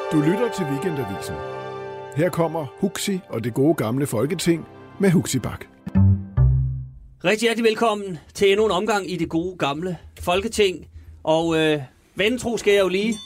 Du lytter til Weekendavisen. Her kommer Huxi og det gode gamle Folketing med Huxi Bach. Rigtig hjertelig velkommen til endnu en omgang i det gode gamle Folketing. Og vennetro skal jeg jo lige...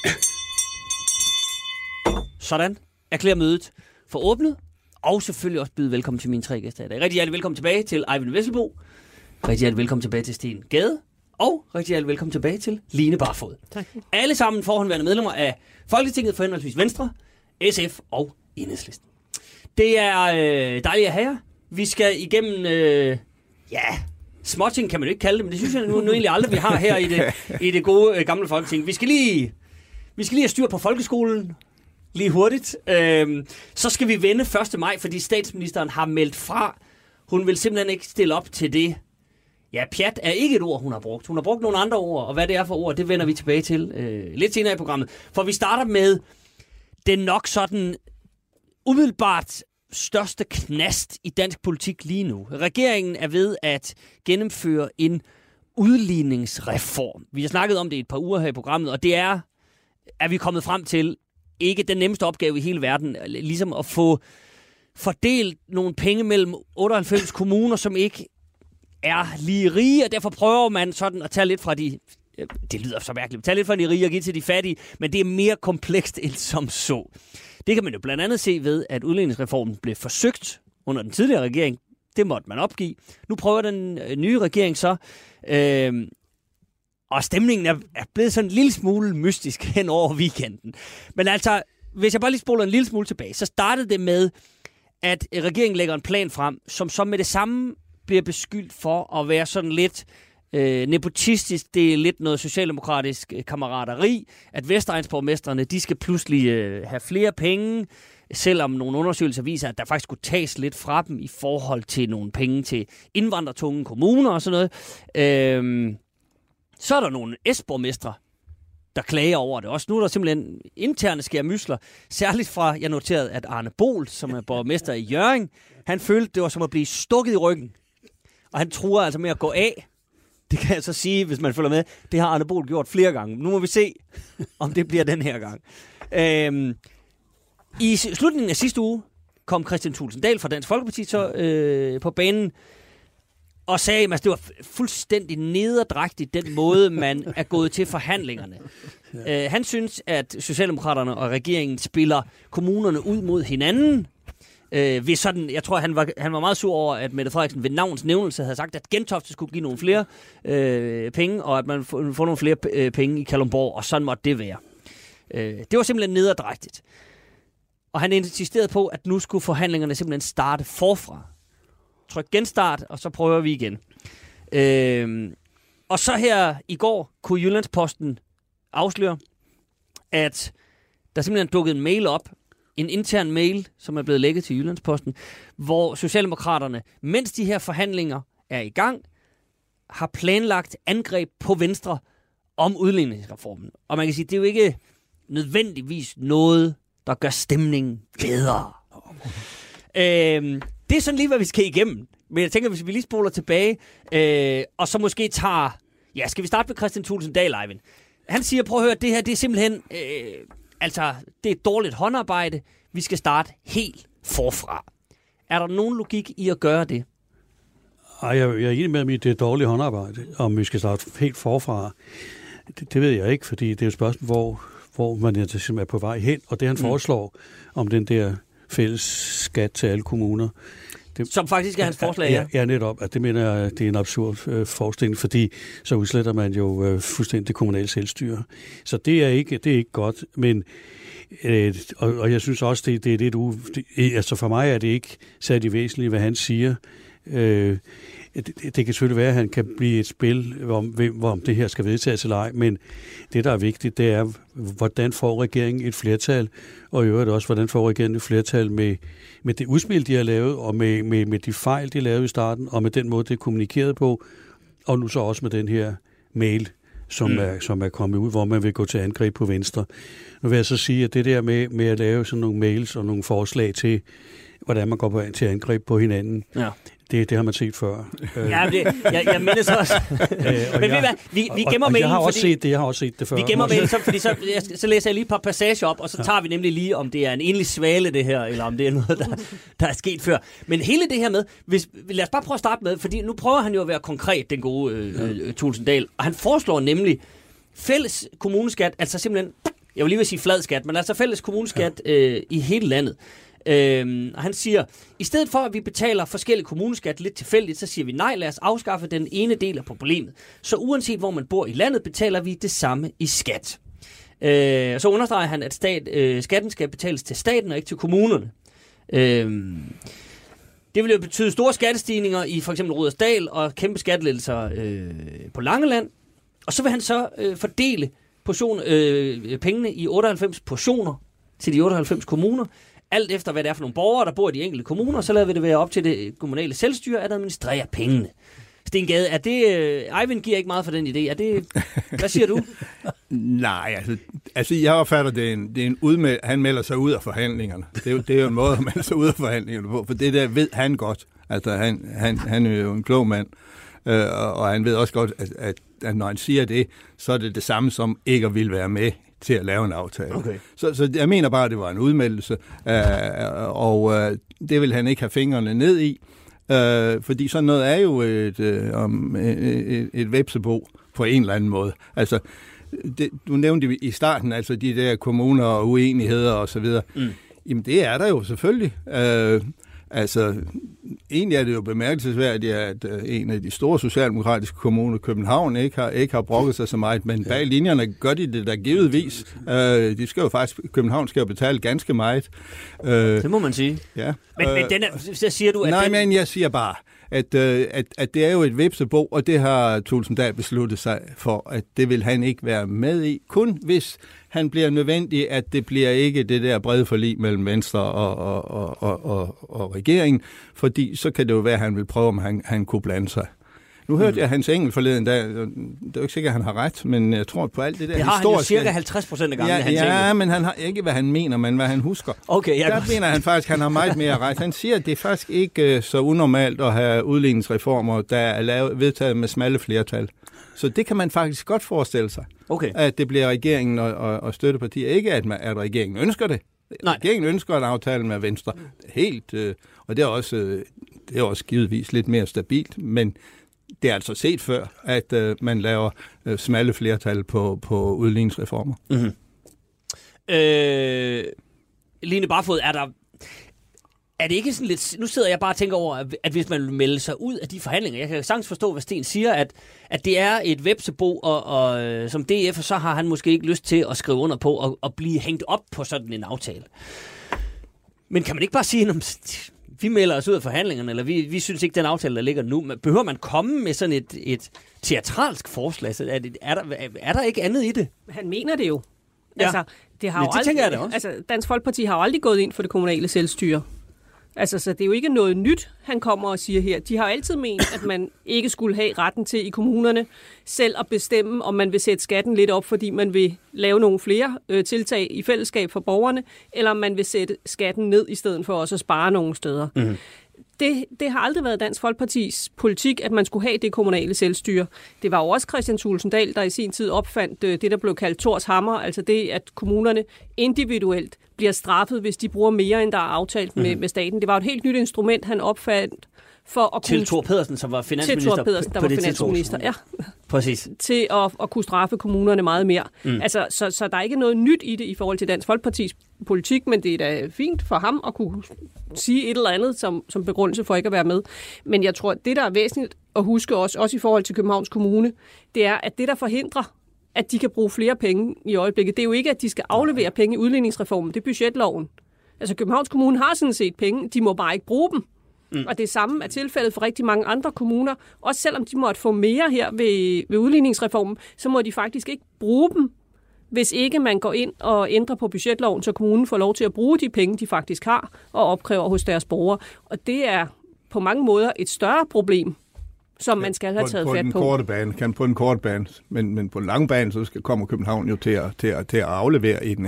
Sådan. Erklære mødet for åbnet. Og selvfølgelig også byde velkommen til mine tre gæster i dag. Rigtig hjertelig velkommen tilbage til Eyvind Vesselbo. Rigtig hjertelig velkommen tilbage til Sten Gade. Og rigtig hjertelig velkommen tilbage til Line Barfod. Tak. Alle sammen forhåndværende medlemmer af Folketinget for henholdsvis Venstre, SF og Enhedslisten. Det er dejligt at have jer. Vi skal igennem... småting kan man jo ikke kalde det, men det synes jeg nu egentlig aldrig, vi har her i det gode gamle Folketing. Vi skal lige have styr på folkeskolen, lige hurtigt. Så skal vi vende 1. maj, fordi statsministeren har meldt fra. Hun vil simpelthen ikke stille op til det. Ja, pjat er ikke et ord, hun har brugt. Hun har brugt nogle andre ord, og hvad det er for ord, det vender vi tilbage til lidt senere i programmet. For vi starter med den nok sådan umiddelbart største knast i dansk politik lige nu. Regeringen er ved at gennemføre en udligningsreform. Vi har snakket om det i et par uger her i programmet, og det er vi kommet frem til ikke den nemmeste opgave i hele verden, ligesom at få fordelt nogle penge mellem 98 kommuner, som ikke er lige rige, og derfor prøver man sådan at tage lidt fra de... Det lyder så mærkeligt. Tage lidt fra de rige og give til de fattige, men det er mere komplekst end som så. Det kan man jo blandt andet se ved, at udligningsreformen blev forsøgt under den tidligere regering. Det måtte man opgive. Nu prøver den nye regering så, og stemningen er blevet sådan en lille smule mystisk hen over weekenden. Men altså, hvis jeg bare lige spoler en lille smule tilbage, så startede det med, at regeringen lægger en plan frem, som så med det samme bliver beskyldt for at være sådan lidt nepotistisk. Det er lidt noget socialdemokratisk kammerateri, at Vestegnsborgmestrene, de skal pludselig have flere penge, selvom nogle undersøgelser viser, at der faktisk skulle tages lidt fra dem i forhold til nogle penge til indvandrertunge kommuner og sådan noget. Så er der nogle S-borgmestre, der klager over det også. Nu er der simpelthen interne skærmysler, særligt fra, jeg noterede, at Arne Bohl, som er borgmester i Hjørring, han følte, det var som at blive stukket i ryggen. Og han truer altså med at gå af. Det kan jeg så sige, hvis man følger med. Det har Arne Bohl gjort flere gange. Nu må vi se, om det bliver den her gang. I slutningen af sidste uge kom Kristian Thulesen Dahl fra Dansk Folkeparti så på banen og sagde, at det var fuldstændig nederdrægtigt den måde, man er gået til forhandlingerne. Han synes, at Socialdemokraterne og regeringen spiller kommunerne ud mod hinanden. Jeg tror, han var meget sur over, at Mette Frederiksen ved navns nævnelse havde sagt, at Gentofte skulle give nogle flere penge, og at man får nogle flere penge i Kalundborg, og sådan måtte det være. Det var simpelthen nederdrægtigt. Og han insisterede på, at nu skulle forhandlingerne simpelthen starte forfra. Tryk genstart, og så prøver vi igen. Og så her i går kunne Jyllandsposten afsløre, at der simpelthen dukkede en mail op, en intern mail, som er blevet lækket til Jyllandsposten, hvor Socialdemokraterne, mens de her forhandlinger er i gang, har planlagt angreb på Venstre om udligningsreformen. Og man kan sige, det er jo ikke nødvendigvis noget, der gør stemningen bedre. Det er sådan lige, hvad vi skal igennem. Men jeg tænker, hvis vi lige spoler tilbage, og så måske tager... Ja, skal vi starte med Kristian Thulesen Dahl, Eyvind? Han siger, prøv at høre, det her, det er simpelthen... det er et dårligt håndarbejde. Vi skal starte helt forfra. Er der nogen logik i at gøre det? Jeg er enig med, at det er et dårligt håndarbejde, om vi skal starte helt forfra. Det ved jeg ikke, fordi det er et spørgsmål, hvor man er på vej hen. Og det, han foreslår om den der fælles skat til alle kommuner... Som faktisk er hans forslag, ja. Ja, netop. At det mener jeg, det er en absurd forestilling, fordi så udsletter man jo fuldstændig det kommunale selvstyre. Så det er ikke godt, men og jeg synes også, det er lidt altså for mig er det ikke særlig væsentligt, hvad han siger. Det kan selvfølgelig være, at han kan blive et spil, om det her skal vedtages eller ej, men det, der er vigtigt, det er, hvordan får regeringen et flertal, og i øvrigt også, hvordan får regeringen et flertal med det udspil, de har lavet, og med de fejl, de lavede i starten, og med den måde, det er kommunikeret på, og nu så også med den her mail, som er kommet ud, hvor man vil gå til angreb på Venstre. Nu vil jeg så sige, at det der med at lave sådan nogle mails og nogle forslag til, hvordan man går til angreb på hinanden. Ja. Det har man set før. Ja, jeg mindes også. Men vi gemmer mailen, jeg har også set det før. Vi gemmer mailen, fordi så læser jeg lige et par passager op, og så tager vi nemlig lige, om det er en enlig svale, det her, eller om det er noget, der er sket før. Men hele det her med, lad os bare prøve at starte med, fordi nu prøver han jo at være konkret, den gode Thulesen Dahl, og han foreslår nemlig fælles kommuneskat, altså simpelthen, jeg vil lige vil sige flad skat, men altså fælles kommuneskat i hele landet. Og han siger, i stedet for at vi betaler forskellige kommuneskat lidt tilfældigt, så siger vi nej, lad os afskaffe den ene del af problemet. Så uanset hvor man bor i landet, betaler vi det samme i skat. Så understreger han, at skatten skal betales til staten og ikke til kommunerne. Det vil jo betyde store skattestigninger i for eksempel Rudersdal og kæmpe skattelettelser på Langeland. Og så vil han så fordele pengene i 98 portioner til de 98 kommuner. Alt efter, hvad det er for nogle borgere, der bor i de enkelte kommuner, så lader vi det være op til det kommunale selvstyre at administrere pengene. Sten Gade, er det... Eivind giver ikke meget for den idé. Er det... Hvad siger du? Nej, altså jeg opfatter, det er en han melder sig ud af forhandlingerne. Det er jo en måde at melde sig ud af forhandlingerne på, for det der ved han godt. Altså han er jo en klog mand, og han ved også godt, at når han siger det, så er det samme som ikke at ville være med til at lave en aftale. Okay. Så jeg mener bare, at det var en udmeldelse, og det vil han ikke have fingrene ned i, fordi sådan noget er jo et vepsebo på en eller anden måde. Altså, du nævnte i starten, altså de der kommuner og uenigheder og så videre. Jamen, det er der jo selvfølgelig. Altså, egentlig er det jo bemærkelsesværdigt, at en af de store socialdemokratiske kommuner, København, ikke har brokket sig så meget, men bag linjerne gør de det der givetvis. De skal jo faktisk, København skal jo betale ganske meget. Det må man sige. Ja. Men så siger du, at... Nej, men jeg siger bare, at det er jo et vepsebo, og det har Thulesen Dahl besluttet sig for, at det vil han ikke være med i. Kun hvis han bliver nødvendig, at det bliver ikke det der brede forlig mellem Venstre og regeringen, fordi så kan det jo være, at han vil prøve, om han kunne blande sig. Nu hørte jeg Hans Engel forleden dag. Det er jo ikke sikkert, at han har ret, men jeg tror på alt det der historiske... Det har han jo cirka 50% af gangen, Hans Engel. Ja, men han har ikke, hvad han mener, men hvad han husker. Okay, der mener han faktisk, at han har meget mere ret. Han siger, at det er faktisk ikke så unormalt at have udligningsreformer, der er vedtaget med smalle flertal. Så det kan man faktisk godt forestille sig, at det bliver regeringen og støttepartier. Ikke, at regeringen ønsker det. Nej. Regeringen ønsker en aftale med Venstre. Helt, og det er også givetvis lidt mere stabilt, men det er altså set før, at man laver smalle flertal på udligningsreformer. Mm-hmm. Line Barfod, er det ikke sådan lidt... Nu sidder jeg bare og tænker over, at hvis man vil melde sig ud af de forhandlinger, jeg kan sagtens forstå, hvad Sten siger, at det er et vepsebo, og som DF, så har han måske ikke lyst til at skrive under på og blive hængt op på sådan en aftale. Men kan man ikke bare sige, at vi melder os ud af forhandlingerne, eller vi synes ikke, den aftale, der ligger nu, behøver man komme med sådan et teatralsk forslag? Er der ikke andet i det? Han mener det jo. Ja. Altså, det tænker jeg da også. Altså, Dansk Folkeparti har jo aldrig gået ind for det kommunale selvstyre. Altså, så det er jo ikke noget nyt, han kommer og siger her. De har jo altid ment, at man ikke skulle have retten til i kommunerne selv at bestemme, om man vil sætte skatten lidt op, fordi man vil lave nogle flere tiltag i fællesskab for borgerne, eller om man vil sætte skatten ned i stedet for også at spare nogle steder. Mm. Det har aldrig været Dansk Folkepartis politik, at man skulle have det kommunale selvstyre. Det var jo også Kristian Thulesen Dahl, der i sin tid opfandt det, der blev kaldt Thors hammer, altså det, at kommunerne individuelt bliver straffet, hvis de bruger mere, end der er aftalt med staten. Det var et helt nyt instrument, han opfandt for at kunne... Til Thor Pedersen, som var finansminister. Til Thor Pedersen, der var finansminister, ja. Præcis. Til at kunne straffe kommunerne meget mere. Mm. Altså, så der er ikke noget nyt i det i forhold til Dansk Folkepartis politik, men det er da fint for ham at kunne sige et eller andet som begrundelse for ikke at være med. Men jeg tror, at det, der er væsentligt at huske også i forhold til Københavns Kommune, det er, at det, der forhindrer, at de kan bruge flere penge i øjeblikket, det er jo ikke, at de skal aflevere penge i udligningsreformen. Det er budgetloven. Altså, Københavns Kommune har sådan set penge, de må bare ikke bruge dem. Mm. Og det samme er tilfældet for rigtig mange andre kommuner. Også selvom de måtte få mere her ved udligningsreformen, så må de faktisk ikke bruge dem, hvis ikke man går ind og ændrer på budgetloven, så kommunen får lov til at bruge de penge, de faktisk har, og opkræver hos deres borgere. Og det er på mange måder et større problem, som man skal have taget fat på. På den korte bane, men på den lange bane, så kommer København jo til at aflevere i den her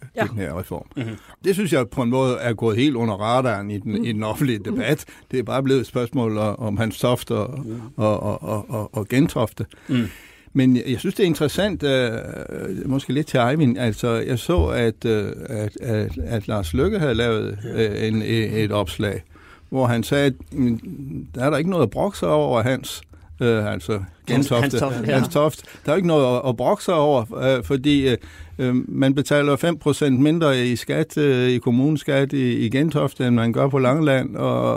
den her reform. Mm-hmm. Det synes jeg på en måde er gået helt under radaren i den offentlige debat. Det er bare blevet et spørgsmål om Hans Toft og Gentofte. Mm. Men jeg synes, det er interessant, måske lidt til Eivind. Altså, jeg så, at Lars Løkke havde lavet et opslag, hvor han sagde, at der er der ikke noget at brokke sig over Hans Toft. Der er ikke noget at brokke sig over, fordi man betaler 5% mindre i skat, i kommuneskat i Gentofte, end man gør på Langeland,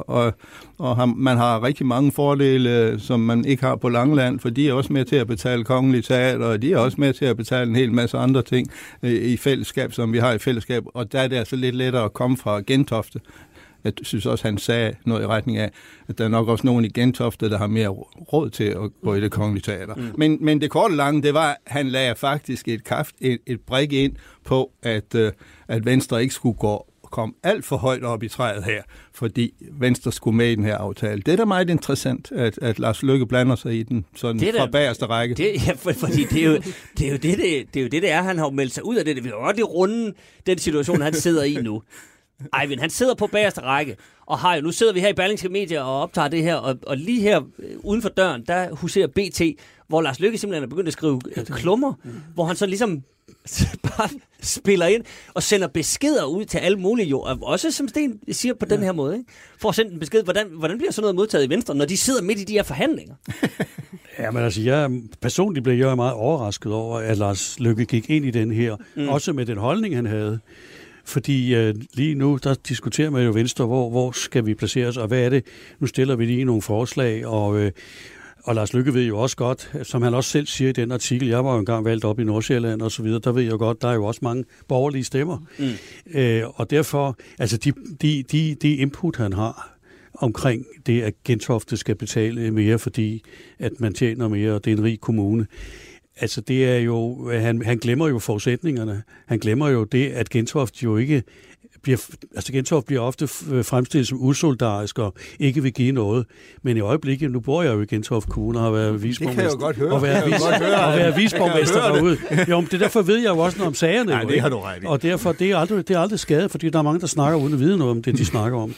og man har rigtig mange fordele, som man ikke har på Langeland, for de er også med til at betale Kongelig Teater, og de er også med til at betale en hel masse andre ting i fællesskab, som vi har i fællesskab, og der er det altså lidt lettere at komme fra Gentofte. Jeg synes også, han sagde noget i retning af, at der er nok også nogen i Gentofte, der har mere råd til at gå i Det Kongelige Teater. Mm. Men det korte lange, det var, at han lagde faktisk et brik ind på, at Venstre ikke skulle komme alt for højt op i træet her, fordi Venstre skulle med i den her aftale. Det er da meget interessant, at Lars Løkke blander sig i den sådan fra bagerste række. Fordi det er jo det, han har meldt sig ud af det. Vi har jo godt runde den situation, han sidder i nu. Eivind, han sidder på bagerste række, og nu sidder vi her i Berlingske Media og optager det her, og lige her uden for døren, der huserer BT, hvor Lars Løkke simpelthen er begyndt at skrive klummer, hvor han så ligesom bare spiller ind og sender beskeder ud til alle mulige, jo, også som Sten siger på den her måde, ikke? For at sende en besked, hvordan bliver sådan noget modtaget i Venstre, når de sidder midt i de her forhandlinger? Ja, men altså, personligt blev jeg meget overrasket over, at Lars Løkke gik ind i den her, også med den holdning, han havde. Fordi lige nu, der diskuterer man jo Venstre, hvor skal vi placere os, og hvad er det? Nu stiller vi lige nogle forslag, og Lars Løkke ved jo også godt, som han også selv siger i den artikel, jeg var jo engang valgt op i Nordsjælland og så videre, der ved jeg jo godt, der er jo også mange borgerlige stemmer. Og derfor, altså de input, han har omkring det, at Gentofte skal betale mere, fordi at man tjener mere, og det er en rig kommune. Altså det er jo, han glemmer jo forudsætningerne. Han glemmer jo det, at Gentofte jo ikke Gentofte bliver ofte fremstillet som usolidarisk og ikke vil give noget. Men i øjeblikket, nu bor jeg jo i Gentofte Kommune og har været visborgmester. Det kan jeg jo godt høre. Og være visborgmester derude. Jo, men derfor ved jeg jo også noget om sagerne. Nej, det har du ret i. Og derfor, det er aldrig skadet, fordi der er mange, der snakker uden at vide noget om det, de snakker om.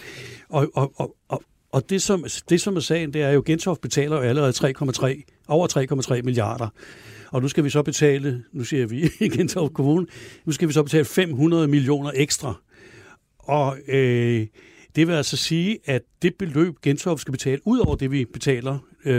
Og det som er sagen, det er jo, Gentofte betaler jo allerede over 3,3 milliarder. Og nu skal vi så betale, nu siger vi i Gentofte Kommune, nu skal vi så betale 500 millioner ekstra. Og det vil altså sige, at det beløb, Gentofte skal betale, ud over det, vi betaler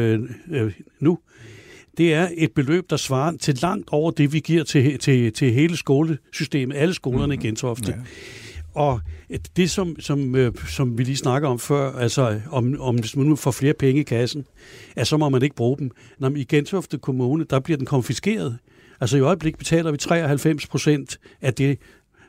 nu, det er et beløb, der svarer til langt over det, vi giver til hele skolesystemet, alle skolerne i Gentofte. Ja. Og det, som vi lige snakker om før, altså om hvis man nu får flere penge i kassen, så må man ikke bruge dem. Når i Gentofte Kommune, der bliver den konfiskeret. Altså i øjeblik betaler vi 93% af det,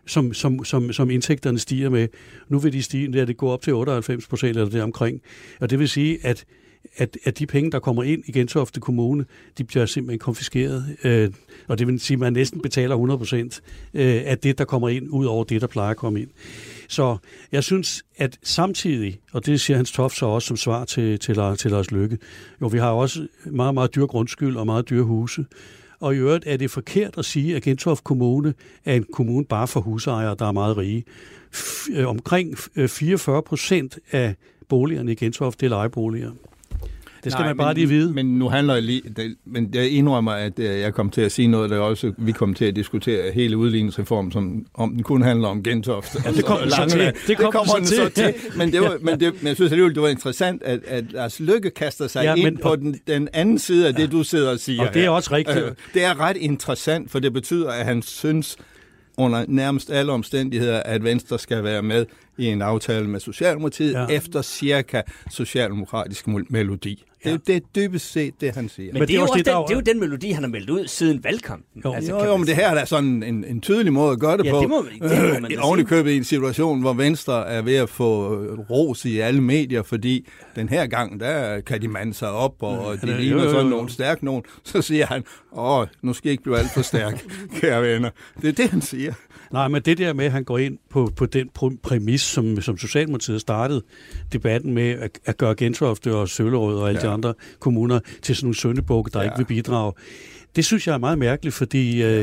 som indtægterne stiger med. Nu vil de stige, det går op til 98% eller deromkring. Og det vil sige, at de penge, der kommer ind i Gentofte Kommune, de bliver simpelthen konfiskeret. Og det vil sige, at man næsten betaler 100% af det, der kommer ind, ud over det, der plejer at komme ind. Så jeg synes, at samtidig, og det siger Hans Toft så også som svar til Lars Løkke, jo, vi har også meget, meget dyre grundskyld og meget dyre huse. Og i øvrigt er det forkert at sige, at Gentofte Kommune er en kommune bare for husejere, der er meget rige. Omkring 44% af boligerne i Gentofte er lejeboliger. Det skal man bare lige vide. Men nu handler men jeg indrømmer, at jeg kom til at sige noget, der også vi kom til at diskutere hele udligningsreformen, som om den kun handler om Gentofte. Ja, det kommer den så til. Men jeg synes alligevel, det var interessant, at Lars Løkke kaster sig ind på den anden side af det, du sidder og siger. Og det er også rigtigt. Det er ret interessant, for det betyder, at han synes under nærmest alle omstændigheder, at Venstre skal være med i en aftale med Socialdemokratiet efter cirka socialdemokratisk melodi. Det er dybest set det, han siger. Men det er jo den melodi, han har meldt ud siden valgkampen. Jo, men det her er sådan en tydelig måde at gøre det på. Det må man oven i købet i en situation, hvor Venstre er ved at få ros i alle medier, fordi den her gang, der kan de mande sig op, og de ligner sådan nogle stærke nogen. Så siger han, nu skal I ikke blive alt for stærk, kære venner. Det er det, han siger. Nej, men det der med, at han går ind på den præmis, som Socialdemokratiet startede debatten med at gøre Gentofte og Søllerød og alle de andre kommuner til sådan nogle syndebukke, der ikke vil bidrage. Det synes jeg er meget mærkeligt, fordi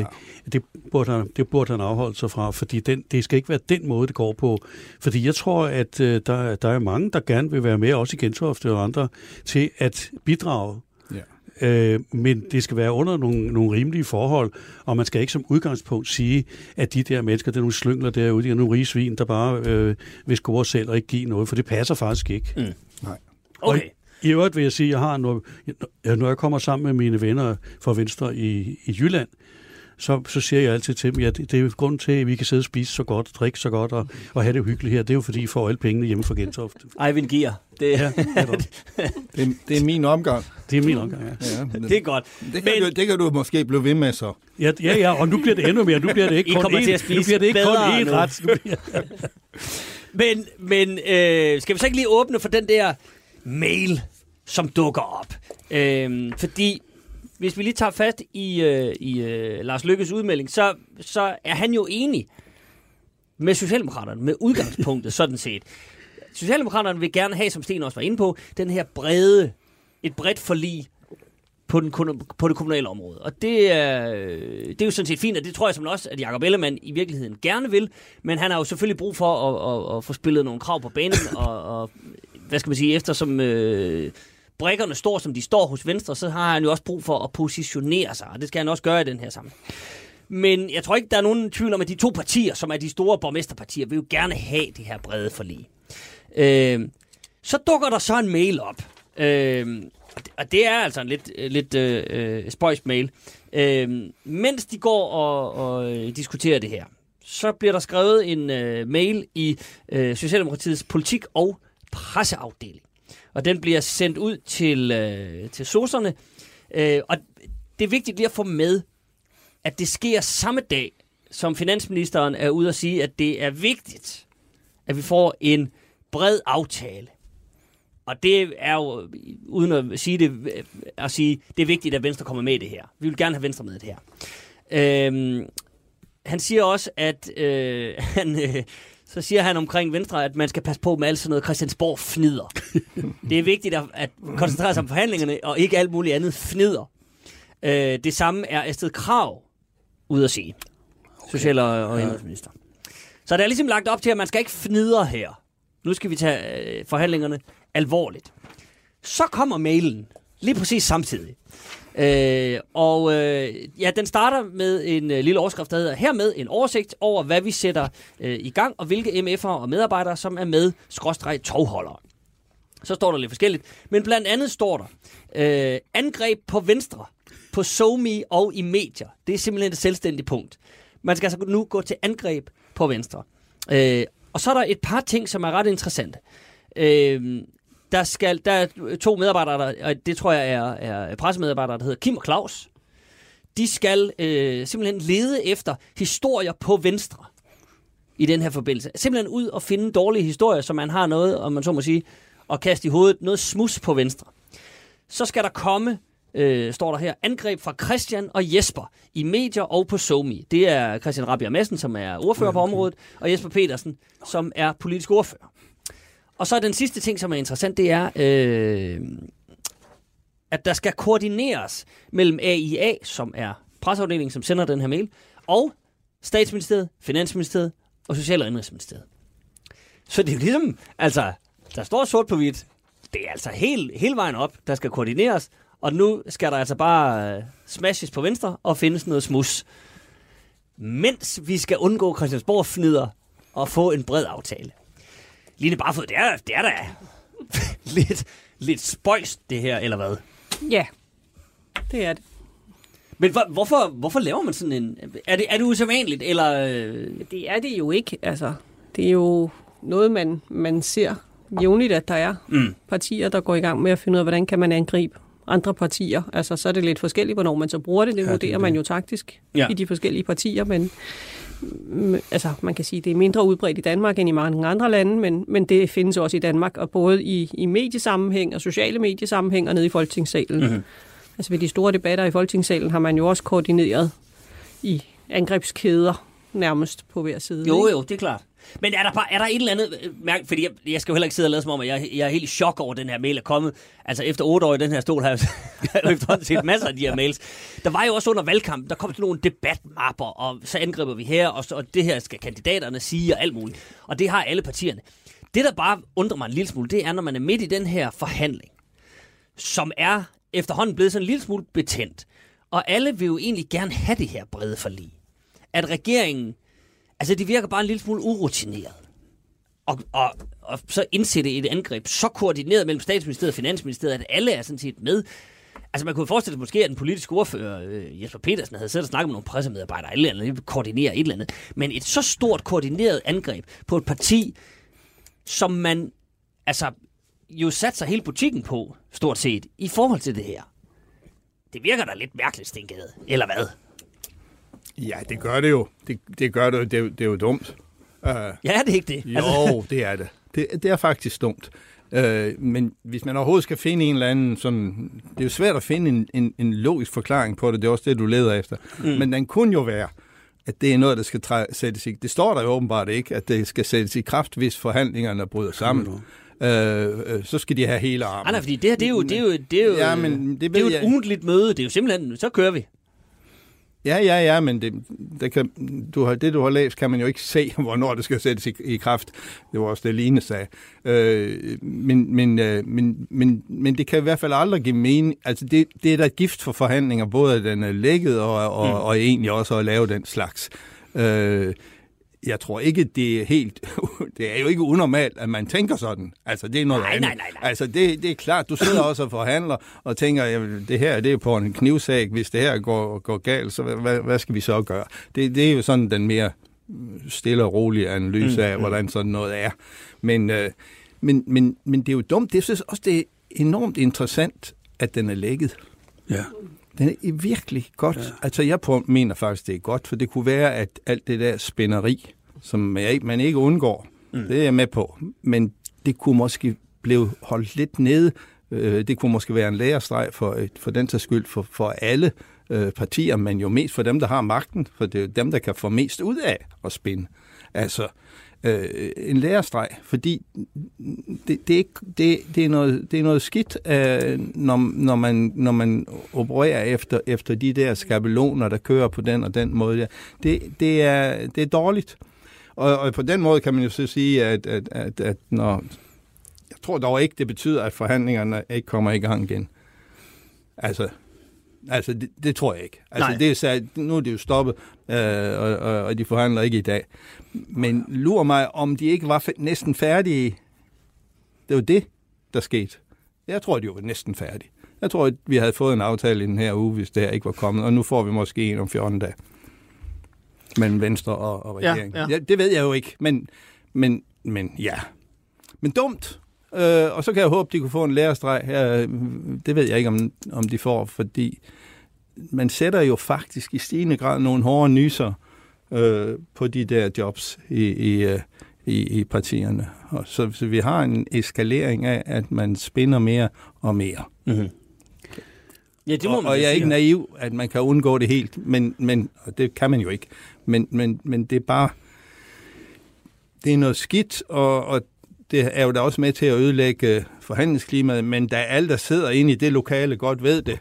det burde han afholde sig fra, fordi det skal ikke være den måde, det går på. Fordi jeg tror, at der er mange, der gerne vil være med, også i Gentofte og andre, til at bidrage. Ja. Men det skal være under nogle rimelige forhold, og man skal ikke som udgangspunkt sige, at de der mennesker, der er nogle slyngler derude, de er nogle rige svin, der bare vil score selv og ikke give noget, for det passer faktisk ikke. Mm. Nej. Okay. I øvrigt vil jeg sige, at når jeg kommer sammen med mine venner fra Venstre i Jylland, så siger jeg altid til dem, at det er grunden til, at vi kan sidde og spise så godt, drikke så godt og have det hyggeligt her. Det er jo fordi, I får alle pengene hjemme fra Gentofte. Eivind Gier. Det er min omgang. Det er min omgang, ja. Det er godt. Det kan du måske blive ved med så. Ja, og nu bliver det endnu mere. Nu bliver det ikke kun én ret. Men skal vi så ikke lige åbne for den der mail, som dukker op? Fordi hvis vi lige tager fat i Lars Løkkes udmelding, så er han jo enig med Socialdemokraterne, med udgangspunktet sådan set. Socialdemokraterne vil gerne have, som Sten også var inde på, den her et bredt forlig på det kommunale område. Og det er jo sådan set fint, og det tror jeg som også, at Jakob Ellemann i virkeligheden gerne vil, men han har jo selvfølgelig brug for at få spillet nogle krav på banen, og hvad skal man sige, eftersom brikkerne står, som de står hos Venstre, så har han jo også brug for at positionere sig, og det skal han også gøre i den her sammenhæng. Men jeg tror ikke, der er nogen tvivl om, at de to partier, som er de store borgmesterpartier, vil jo gerne have det her brede forlig. Så dukker der så en mail op, og det er altså en lidt spøjs mail. Mens de går og diskuterer det her, så bliver der skrevet en mail i Socialdemokratiets politik- og presseafdeling. Og den bliver sendt ud til sosserne. Og det er vigtigt lige at få med, at det sker samme dag, som finansministeren er ude at sige, at det er vigtigt, at vi får en bred aftale. Og det er jo, uden at sige det, det er vigtigt, at Venstre kommer med i det her. Vi vil gerne have Venstre med i det her. Han siger også, at så siger han omkring Venstre, at man skal passe på med alt sådan noget Christiansborg-fnider. Det er vigtigt at koncentrere sig om forhandlingerne, og ikke alt muligt andet fnider. Det samme er Astrid Krag ude at sige. Social- og indrigsminister. Så der er ligesom lagt op til, at man skal ikke fnidre her. Nu skal vi tage forhandlingerne alvorligt. Så kommer mailen lige præcis samtidig. Den starter med en lille overskrift, der hedder hermed en oversigt over, hvad vi sætter i gang, og hvilke MF'ere og medarbejdere, som er med /tovholdere. Så står der lidt forskelligt, men blandt andet står der angreb på Venstre, på SoMe og i medier. Det er simpelthen et selvstændigt punkt. Man skal altså nu gå til angreb på Venstre. Og så er der et par ting, som er ret interessante. Der er to medarbejdere, og det tror jeg er pressemedarbejdere, der hedder Kim og Claus. De skal simpelthen lede efter historier på Venstre i den her forbindelse. Simpelthen ud og finde dårlige historier, så man har noget, om man så må sige, at kaste i hovedet, noget smus på Venstre. Så skal der komme, står der her, angreb fra Christian og Jesper i medier og på SoMe. Det er Christian Rabjerg Madsen, som er ordfører på området, og Jesper Petersen, som er politisk ordfører. Og så den sidste ting, som er interessant, det er, at der skal koordineres mellem AIA, som er presseafdelingen, som sender den her mail, og Statsministeriet, Finansministeriet og Social- og Indrigsministeriet. Så det er jo ligesom, altså, der står sort på hvidt, det er altså hele vejen op, der skal koordineres, og nu skal der altså bare smashes på Venstre og findes noget smus. Mens vi skal undgå Christiansborg-fnider og få en bred aftale. Line Barfod, det er da lidt spøjst, det her, eller hvad? Ja, det er det. Men hvorfor laver man sådan en... Er det usædvanligt, eller... Det er det jo ikke, altså. Det er jo noget, man ser jævnligt, at der er partier, der går i gang med at finde ud af, hvordan kan man angribe andre partier. Altså, så er det lidt forskelligt, hvornår man så bruger det. Det vurderer man jo taktisk i de forskellige partier, men altså, man kan sige, at det er mindre udbredt i Danmark end i mange andre lande, men det findes også i Danmark, og både i mediesammenhæng og sociale mediesammenhæng og nede i Folketingssalen. Mm-hmm. Altså ved de store debatter i Folketingssalen har man jo også koordineret i angrebskæder nærmest på hver side. Jo, det er klart. Men er der et eller andet mærke, fordi jeg skal jo heller ikke sidde og lade som om, at jeg er helt i chok over, den her mail er kommet. Altså efter 8 år i den her stol har jeg jo efterhånden set masser af de her mails. Der var jo også under valgkampen, der kom til nogle debatmapper, og så angriber vi her, og det her skal kandidaterne sige, og alt muligt. Og det har alle partierne. Det, der bare undrer mig en lille smule, det er, når man er midt i den her forhandling, som er efterhånden blevet sådan en lille smule betændt. Og alle vil jo egentlig gerne have det her brede forlig. At regeringen, altså det virker bare en lille smule urutineret. Og så indsætte et angreb så koordineret mellem Statsministeriet og Finansministeriet, at alle er sådan set med. Altså man kunne forestille sig måske, at den politiske ordfører, Jesper Petersen, havde siddet og snakket med nogle pressemedarbejdere, eller andet, koordinere et eller andet. Men et så stort koordineret angreb på et parti, som man altså jo satte sig hele butikken på, stort set, i forhold til det her. Det virker da lidt mærkeligt, Stengade, eller hvad? Ja, det gør det jo. Det gør det jo. Det er jo dumt. Ja, det er ikke det. Jo, det er det. Det er faktisk dumt. Men hvis man overhovedet skal finde en eller anden sådan... Det er jo svært at finde en logisk forklaring på det. Det er også det, du leder efter. Men den kunne jo være, at det er noget, der skal sættes i... Det står der jo åbenbart ikke, at det skal sættes i kraft, hvis forhandlingerne bryder sammen. Så skal de have hele armen. Nej, fordi det her, det er jo ja, men det er jo et ugentligt møde. Det er jo simpelthen... Så kører vi. Ja, men det du har læst, kan man jo ikke se, hvornår det skal sættes i kraft. Det var også det, Line sagde. Men det kan i hvert fald aldrig give mening. Altså, det er da et gift for forhandlinger, både at den er lækket og egentlig også at lave den slags. Jeg tror ikke, det er helt... Det er jo ikke unormalt, at man tænker sådan. Altså, det er noget andet. Nej. Altså, det er klart. Du sidder også og forhandler og tænker, det her det er på en knivsæg. Hvis det her går galt, så hvad skal vi så gøre? Det er jo sådan den mere stille og rolige analyse af, hvordan sådan noget er. Men det er jo dumt. Det synes også, det er enormt interessant, at den er lækket. Ja. Den er virkelig godt. Ja. Altså, jeg mener faktisk, det er godt, for det kunne være, at alt det der spænderi, som man ikke undgår, det er jeg med på, men det kunne måske blive holdt lidt nede. Det kunne måske være en lærestreg for den sags skyld for alle partier, men jo mest for dem, der har magten, for det er jo dem, der kan få mest ud af at spænde. Altså, en lærestreg, fordi det er noget skidt, når man opererer efter de der skabeloner, der kører på den og den måde. Det er dårligt. Og på den måde kan man jo så sige, at når... Jeg tror dog ikke, det betyder, at forhandlingerne ikke kommer i gang igen. Altså det tror jeg ikke. Altså, det er så, nu er det jo stoppet, og de forhandler ikke i dag. Men lurer mig, om de ikke var næsten færdige. Det var det, der skete. Jeg tror, de var næsten færdige. Jeg tror, at vi havde fået en aftale i den her uge, hvis det her ikke var kommet. Og nu får vi måske en om 14 dage. Mellem Venstre og regeringen. Ja. Det ved jeg jo ikke. Men ja. Men dumt. Og så kan jeg håbe, de kunne få en lærestreg her. Det ved jeg ikke, om de får, fordi man sætter jo faktisk i stigende grad nogle hårde nyser på de der jobs i partierne. Og så vi har en eskalering af, at man spinder mere og mere. Mm-hmm. Ja, det må man og jeg er ikke naiv, at man kan undgå det helt, men og det kan man jo ikke. Men det er bare... Det er noget skidt, og det er jo da også med til at ødelægge forhandlingsklimaet, men da alle, der sidder inde i det lokale, godt ved det,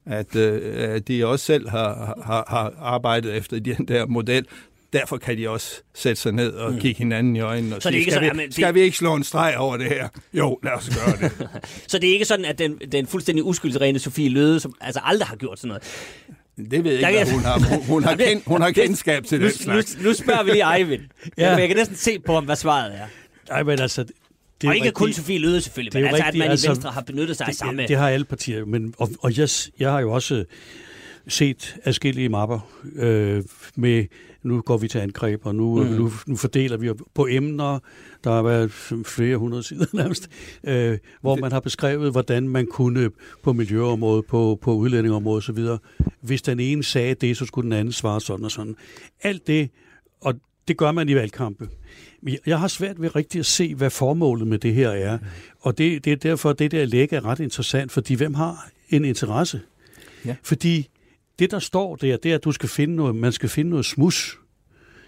at de også selv har arbejdet efter den der model. Derfor kan de også sætte sig ned og kigge hinanden i øjnene og sige, skal vi ikke slå en streg over det her? Jo, lad os gøre det. Så det er ikke sådan, at den fuldstændig uskyldsrene Sofie Løde, som altså aldrig har gjort sådan noget? Det ved jeg ikke, hvad hun har kendskab til det slags. Nu spørger vi lige Eivind. Ja. Jeg kan næsten se på ham, hvad svaret er. Nej, men altså... Og ikke kun Sofie Løde selvfølgelig, men altså, at man i Venstre har benyttet sig af samme... Det har alle partier, men og jeg har jo også set adskillige mapper med, nu går vi til angreb, og nu fordeler vi på emner, der har været flere hundrede sider nærmest, hvor man har beskrevet, hvordan man kunne på miljøområdet, på udlændingområdet osv. Hvis den ene sagde det, så skulle den anden svare sådan og sådan. Alt det, og det gør man i valgkampe. Jeg har svært ved rigtigt at se, hvad formålet med det her er. Og det er derfor, det der læg er ret interessant, fordi hvem har en interesse? Ja. Fordi det, der står der, det er, at man skal finde noget smus.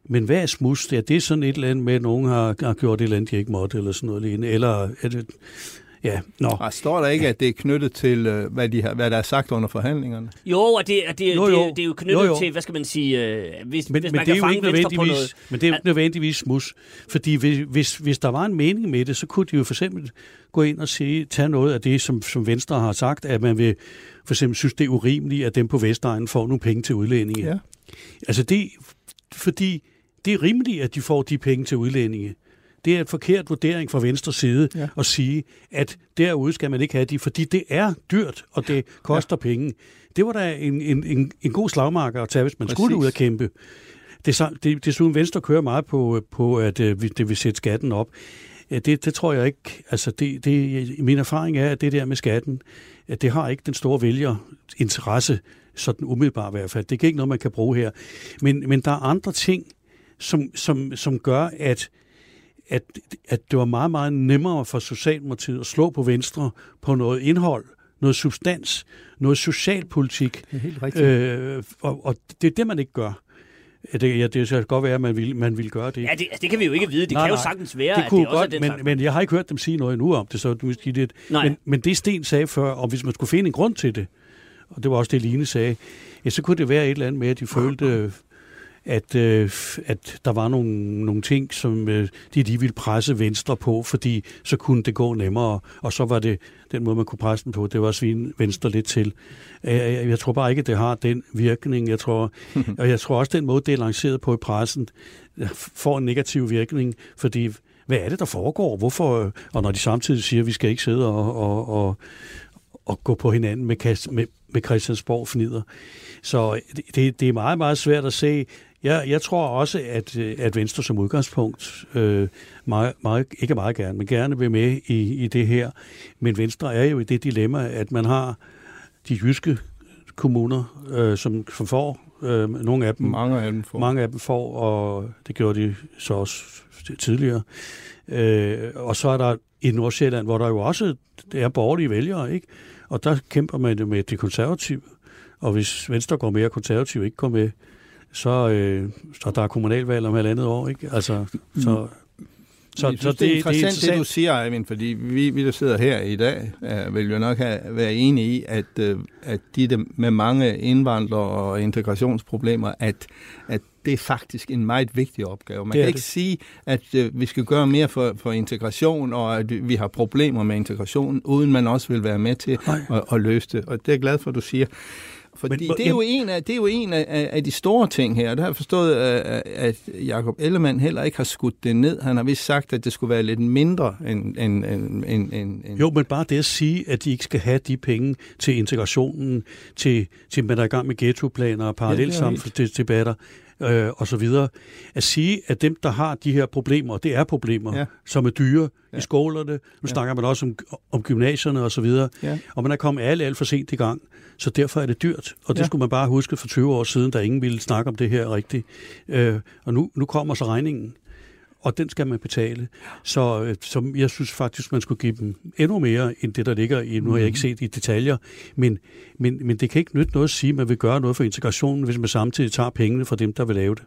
Men hvad er smus? Ja, det er sådan et eller andet med, at nogen har gjort et eller andet, de ikke måtte, eller sådan noget lignende. Eller er det... Ja, står der ikke, at det er knyttet til, hvad der er sagt under forhandlingerne? Jo, og det er jo knyttet til, hvad skal man sige, hvis man kan fange Venstre på noget. Men det er jo ikke nødvendigvis smus. Fordi hvis der var en mening med det, så kunne de jo for eksempel gå ind og tage noget af det, som Venstre har sagt, at man vil for eksempel synes, det er urimeligt, at dem på Vestegnen får nogle penge til udlændinge. Ja. Altså fordi det er rimeligt, at de får de penge til udlændinge. Det er en forkert vurdering fra Venstres side at sige, at derude skal man ikke have de, fordi det er dyrt, og det koster penge. Det var da en god slagmarker at tage, hvis man skulle ud og kæmpe. Desuden Venstre kører meget på at det vil sætte skatten op. Det tror jeg ikke. Altså min erfaring er, at det der med skatten, at det har ikke den store vælgerinteresse, sådan umiddelbart i hvert fald. Det er ikke noget, man kan bruge her. Men der er andre ting, som gør, at det var meget, meget nemmere for Socialdemokratiet at slå på Venstre på noget indhold, noget substans, noget socialpolitik. Det er helt rigtigt. Og det er det, man ikke gør. Det skal godt være, at man vil gøre det. Ja, det kan vi jo ikke vide. Det kan jo sagtens være, det kunne at det godt, også er men jeg har ikke hørt dem sige noget endnu om det, så du måske lidt. Men det Sten sagde før, og hvis man skulle finde en grund til det, og det var også det, Line sagde, så kunne det være et eller andet med, at de følte... At der var nogle ting, som de ville presse Venstre på, fordi så kunne det gå nemmere, og så var det den måde, man kunne presse den på, det var at svine Venstre lidt til. Jeg tror bare ikke, at det har den virkning. Og jeg tror også, den måde, det er lanceret på i pressen, får en negativ virkning, fordi hvad er det, der foregår? Hvorfor? Og når de samtidig siger, at vi skal ikke sidde og gå på hinanden med Christiansborg-fnider. Så det er meget, meget svært at se. Jeg tror også, at Venstre som udgangspunkt ikke meget gerne, men gerne vil med i det her. Men Venstre er jo i det dilemma, at man har de jyske kommuner, som får nogle af dem. Mange af dem får, og det gjorde de så også tidligere. Og så er der i Nordsjælland, hvor der jo også er borgerlige vælgere, ikke? Og der kæmper man det med de konservative. Og hvis Venstre går med, og konservative ikke går med, så der er kommunalvalg om 1,5 år, ikke? Altså, så det er interessant, det du siger, Eivind, fordi vi der sidder her i dag, vil jo nok være enige i, at de der med mange indvandrere og integrationsproblemer, at det er faktisk en meget vigtig opgave. Man kan ikke sige, at vi skal gøre mere for integration, og at vi har problemer med integrationen, uden man også vil være med til at løse det. Og det er jeg glad for, at du siger. Fordi det er jo en af de store ting her. Der har jeg forstået, at Jakob Ellemann heller ikke har skudt det ned. Han har vist sagt, at det skulle være lidt mindre end... Jo, men bare det at sige, at de ikke skal have de penge til integrationen, til man er i gang med ghettoplaner og parallelsamfundsdebatter, og så videre. At sige, at dem, der har de her problemer, det er problemer, som er dyre i skolerne. Nu snakker man også om gymnasierne og så videre. Ja. Og man er kommet alt for sent i gang. Så derfor er det dyrt. Og det skulle man bare huske for 20 år siden, da ingen ville snakke om det her rigtigt. Og nu kommer så regningen. Og den skal man betale. Så jeg synes faktisk, man skulle give dem endnu mere, end det, der ligger i. Nu har jeg ikke set i detaljer. Men det kan ikke nytte noget at sige, at man vil gøre noget for integrationen, hvis man samtidig tager pengene fra dem, der vil lave det.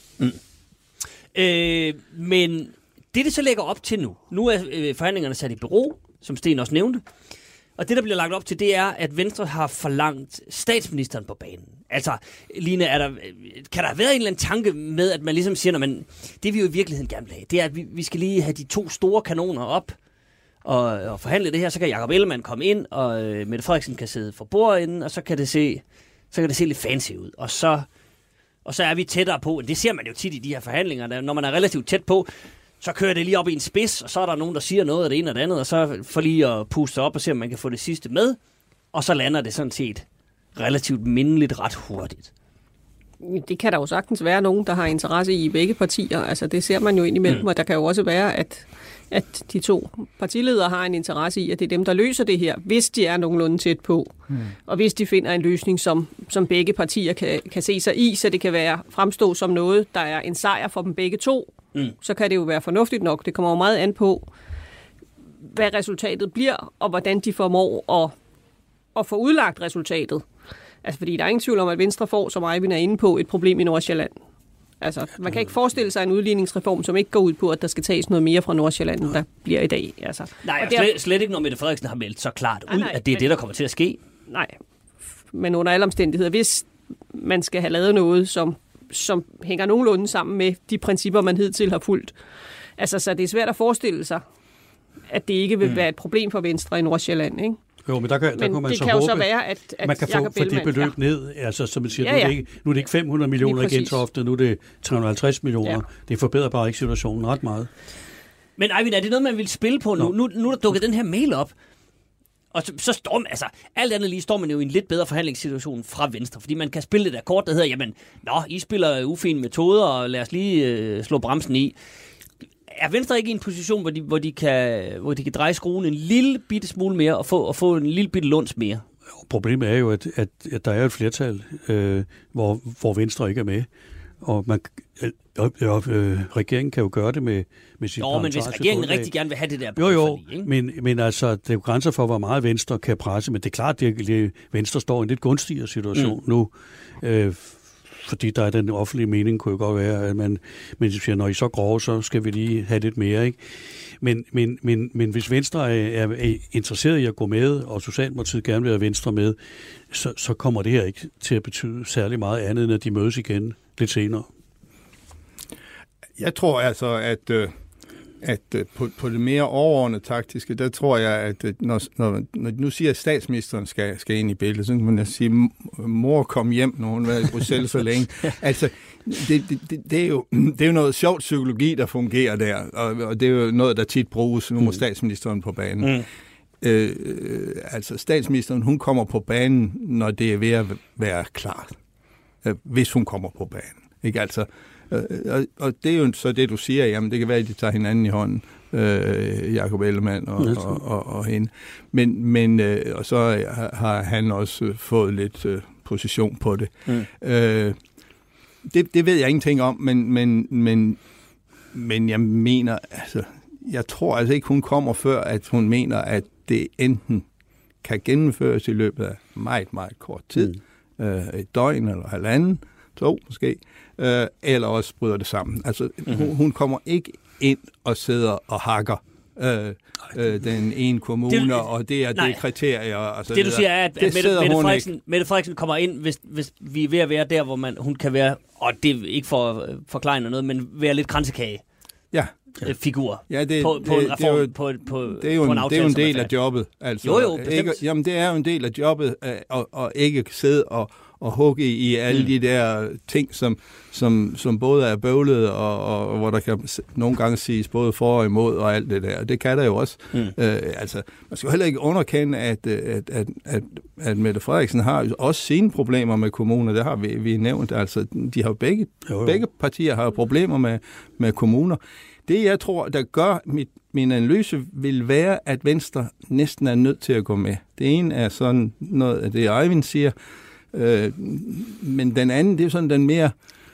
Men det så lægger op til nu er forhandlingerne sat i bero, som Sten også nævnte. Og det, der bliver lagt op til, det er, at Venstre har forlangt statsministeren på banen. Altså, Line, kan der have været en eller anden tanke med, at man ligesom siger, når det vi jo i virkeligheden gerne vil have, det er, at vi skal lige have de 2 store kanoner op og forhandle det her, så kan Jakob Ellemann komme ind, og Mette Frederiksen kan sidde for bordenden, og så kan det se lidt fancy ud. Og så er vi tættere på, det ser man jo tit i de her forhandlinger, når man er relativt tæt på, så kører det lige op i en spids, og så er der nogen, der siger noget af det ene og det andet, og så får lige at puste op og se, om man kan få det sidste med, og så lander det sådan set relativt mindeligt ret hurtigt. Det kan der jo sagtens være nogen, der har interesse i begge partier. Altså det ser man jo indimellem, og der kan jo også være, at de 2 partiledere har en interesse i, at det er dem, der løser det her, hvis de er nogenlunde tæt på. Og hvis de finder en løsning, som begge partier kan se sig i, så det kan fremstå som noget, der er en sejr for dem begge 2, så kan det jo være fornuftigt nok. Det kommer jo meget an på, hvad resultatet bliver, og hvordan de formår at få udlagt resultatet. Altså fordi der er ingen tvivl om, at Venstre får, som Eivind er inde på, et problem i Nordsjælland. Altså, man kan ikke forestille sig en udligningsreform, som ikke går ud på, at der skal tages noget mere fra Nordsjælland, end der bliver i dag. Altså. Nej, slet ikke, når Mette Frederiksen har meldt så klart ud, at det er det, der kommer til at ske. Nej, men under alle omstændigheder, hvis man skal have lavet noget, som hænger nogenlunde sammen med de principper, man hidtil har fulgt. Altså, så det er svært at forestille sig, at det ikke vil være et problem for Venstre i Nordsjælland, ikke? Jo, men der kunne man det så kan håbe, jo så være, at man kan få det beløb ned. Altså, som man siger, nu er det ikke 500 millioner i Gentofte, nu er det 350 millioner. Ja. Det forbedrer bare ikke situationen ret meget. Men Eivind, er det noget, man vil spille på nu? Nu er der dukket den her mail op. Og så står man, altså, alt andet lige står man jo i en lidt bedre forhandlingssituation fra Venstre, fordi man kan spille det der kort, der hedder, jamen, I spiller ufine metoder, og lad os lige slå bremsen i. Er Venstre ikke i en position, hvor de kan dreje skruen en lille bitte smule mere, og få en lille bitte lunds mere? Problemet er jo, at der er et flertal, hvor Venstre ikke er med. Og regeringen kan jo gøre det med sit men hvis regeringen grundlag. rigtig gerne vil have det der forlig, men altså, det er jo grænser for, hvor meget Venstre kan presse. Men det er klart, at Venstre står i en lidt gunstigere situation nu, fordi der er den offentlige mening, kunne jo godt være, at man siger, når I er så grove, så skal vi lige have lidt mere, ikke? Men hvis Venstre er interesseret i at gå med, og Socialdemokratiet gerne vil have Venstre med, så kommer det her ikke til at betyde særlig meget andet, end at de mødes igen lidt senere. Jeg tror altså, at på det mere overordnede taktiske, der tror jeg, at når nu siger, at statsministeren skal ind i billedet, så kan man sige, mor kom hjem, når hun var i Bruxelles så længe. Altså, det er jo noget sjovt psykologi, der fungerer der, og det er jo noget, der tit bruges. Nu må statsministeren på banen. Altså, statsministeren, hun kommer på banen, når det er ved at være klart. Hvis hun kommer på banen. Ikke altså... Og det er jo så det, du siger, jamen det kan være, at de tager hinanden i hånden, Jakob Ellemann og hende. Men og så har han også fået lidt position på det. Det ved jeg ingenting om, men jeg mener, altså, jeg tror altså ikke, hun kommer før, at hun mener, at det enten kan gennemføres i løbet af meget, meget kort tid, et døgn eller halvanden, 2 måske, eller også bryder det sammen. Altså, hun kommer ikke ind og sidder og hakker den ene kommune, og det er kriterier. Og så det du siger er, at Mette Frederiksen kommer ind, hvis vi er ved at være der, hvor hun kan være, og det er ikke for at forklejne noget, men være lidt kransekage. Ja. Figur på en reform, på en aftale. Det er jo en del af jobbet. Altså, jo, bestemt. Jamen, det er jo en del af jobbet, at ikke sidde og hugge i alle de der ting, som både er bøvlet, og hvor der kan nogle gange siges både for og imod, og alt det der. Det kan der jo også. Altså, man skal jo heller ikke underkende, at Mette Frederiksen har jo også sine problemer med kommuner. Det har vi nævnt. Altså, de har begge partier har problemer med kommuner. Det, jeg tror, der gør min analyse, vil være, at Venstre næsten er nødt til at gå med. Det ene er sådan noget af det, Eivind siger, men den anden, det er sådan den mere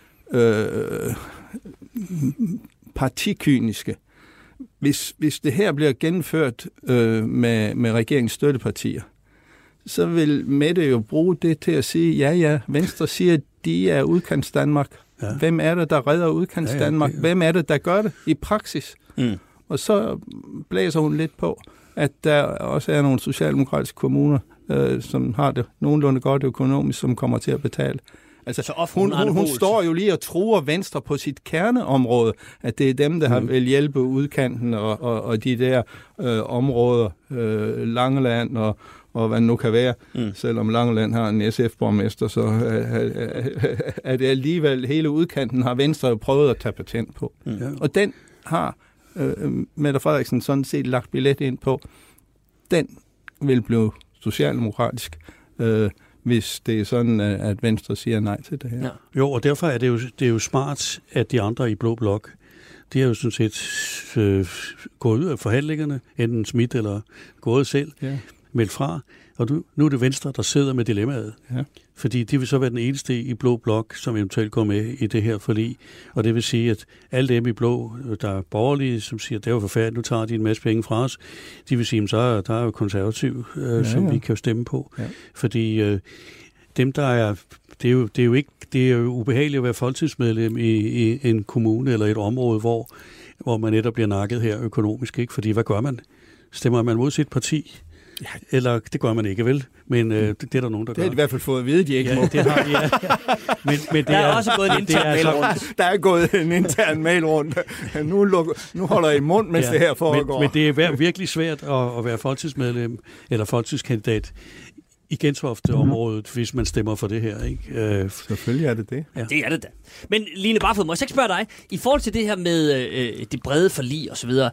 partikyniske. Hvis det her bliver gennemført med regeringens støttepartier, så vil Mette jo bruge det til at sige, ja, Venstre siger, at de er udkants Danmark. Ja. Hvem er det, der redder udkants Danmark? Hvem er det, der gør det i praksis? Og så blæser hun lidt på, at der også er nogle socialdemokratiske kommuner, som har det nogenlunde godt økonomisk, som kommer til at betale. Altså, hun står jo lige og truer Venstre på sit kerneområde, at det er dem, der vil hjælpe udkanten og de der områder, Langeland og hvad det nu kan være. Selvom Langeland har en SF-borgmester, så er det alligevel hele udkanten har Venstre jo prøvet at tage patent på. Og den har Mette Frederiksen sådan set lagt billet ind på. Den vil blive socialdemokratisk, hvis det er sådan, at Venstre siger nej til det her. Ja. Jo, og derfor er det er jo smart, at de andre i Blå Blok, de har jo sådan set gået ud af forhandlingerne, enten smidt eller gået selv, meldt fra. Og nu er det Venstre, der sidder med dilemmaet. Ja. Fordi de vil så være den eneste i Blå Blok, som eventuelt går med i det her forlig. Og det vil sige, at alle dem i Blå, der er borgerlige, som siger, det er jo forfærdeligt, nu tager de en masse penge fra os, de vil sige, så der er jo konservativ, som vi kan stemme på. Ja. Fordi dem, der er... Det er jo ubehageligt at være folketingsmedlem i en kommune eller et område, hvor man netop bliver nakket her økonomisk, ikke? Fordi hvad gør man? Stemmer man mod sit parti? Ja. Eller det gør man ikke, vel? Men det er der nogen, der gør. Det har de i hvert fald fået at vide, de ikke må. Det har de, ja. Men det der er også gået en intern mail rundt. Der er gået en intern mail rundt. Nu holder I mund, mens det her foregår. Men det er virkelig svært at være folketingsmedlem eller folketingskandidat i Gentofte-området, hvis man stemmer for det her, ikke? Selvfølgelig er det det. Ja. Det er det da. Men Line Barfod, må jeg ikke spørge dig, i forhold til det her med det brede forlig og så videre,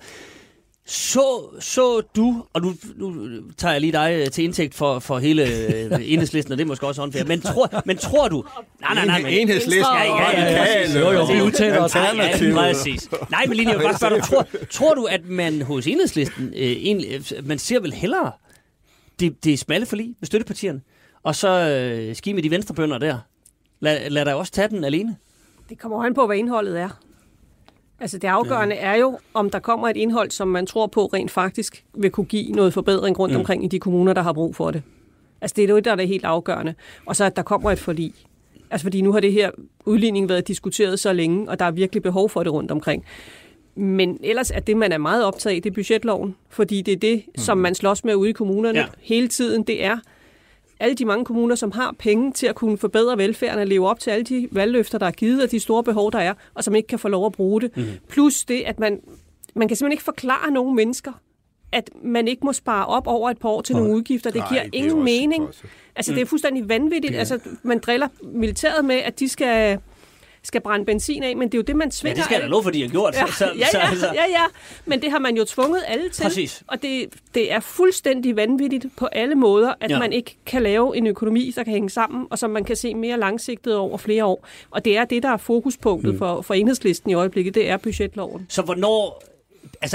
så du, og nu tager jeg lige dig til indtægt for hele Enhedslisten, og det er måske også unfair, men tror du... Nej. Enhedslisten. Jo, vi udtaler os. Præcis. Nej, men Line, jeg vil bare spørge dig, tror du, at man hos Enhedslisten, man ser vel hellere det smalle forlig med støttepartierne, og så ski med de venstrebønder der? Lad dig også tage den alene. Det kommer an på, hvad indholdet er. Altså det afgørende er jo, om der kommer et indhold, som man tror på rent faktisk vil kunne give noget forbedring rundt omkring i de kommuner, der har brug for det. Altså det er jo det, der er helt afgørende. Og så at der kommer et forlig. Altså fordi nu har det her udligning været diskuteret så længe, og der er virkelig behov for det rundt omkring. Men ellers er det, man er meget optaget i, det er budgetloven. Fordi det er det, som man slås med ude i kommunerne hele tiden. Det er alle de mange kommuner, som har penge til at kunne forbedre velfærden og leve op til alle de valgløfter, der er givet, og de store behov, der er, og som ikke kan få lov at bruge det. Plus det, at man kan simpelthen ikke forklare nogen mennesker, at man ikke må spare op over et par år til nogle udgifter. Det giver ingen mening. Altså, det er fuldstændig vanvittigt. Altså, man driller militæret med, at de skal brænde benzin af, men det er jo det, man svinger. Ja, det skal jeg da lov, for de har gjort. Ja. Men det har man jo tvunget alle til. Præcis. Og det er fuldstændig vanvittigt på alle måder, at man ikke kan lave en økonomi, der kan hænge sammen, og som man kan se mere langsigtet over flere år. Og det er det, der er fokuspunktet for Enhedslisten i øjeblikket, det er budgetloven. Så hvornår... Altså,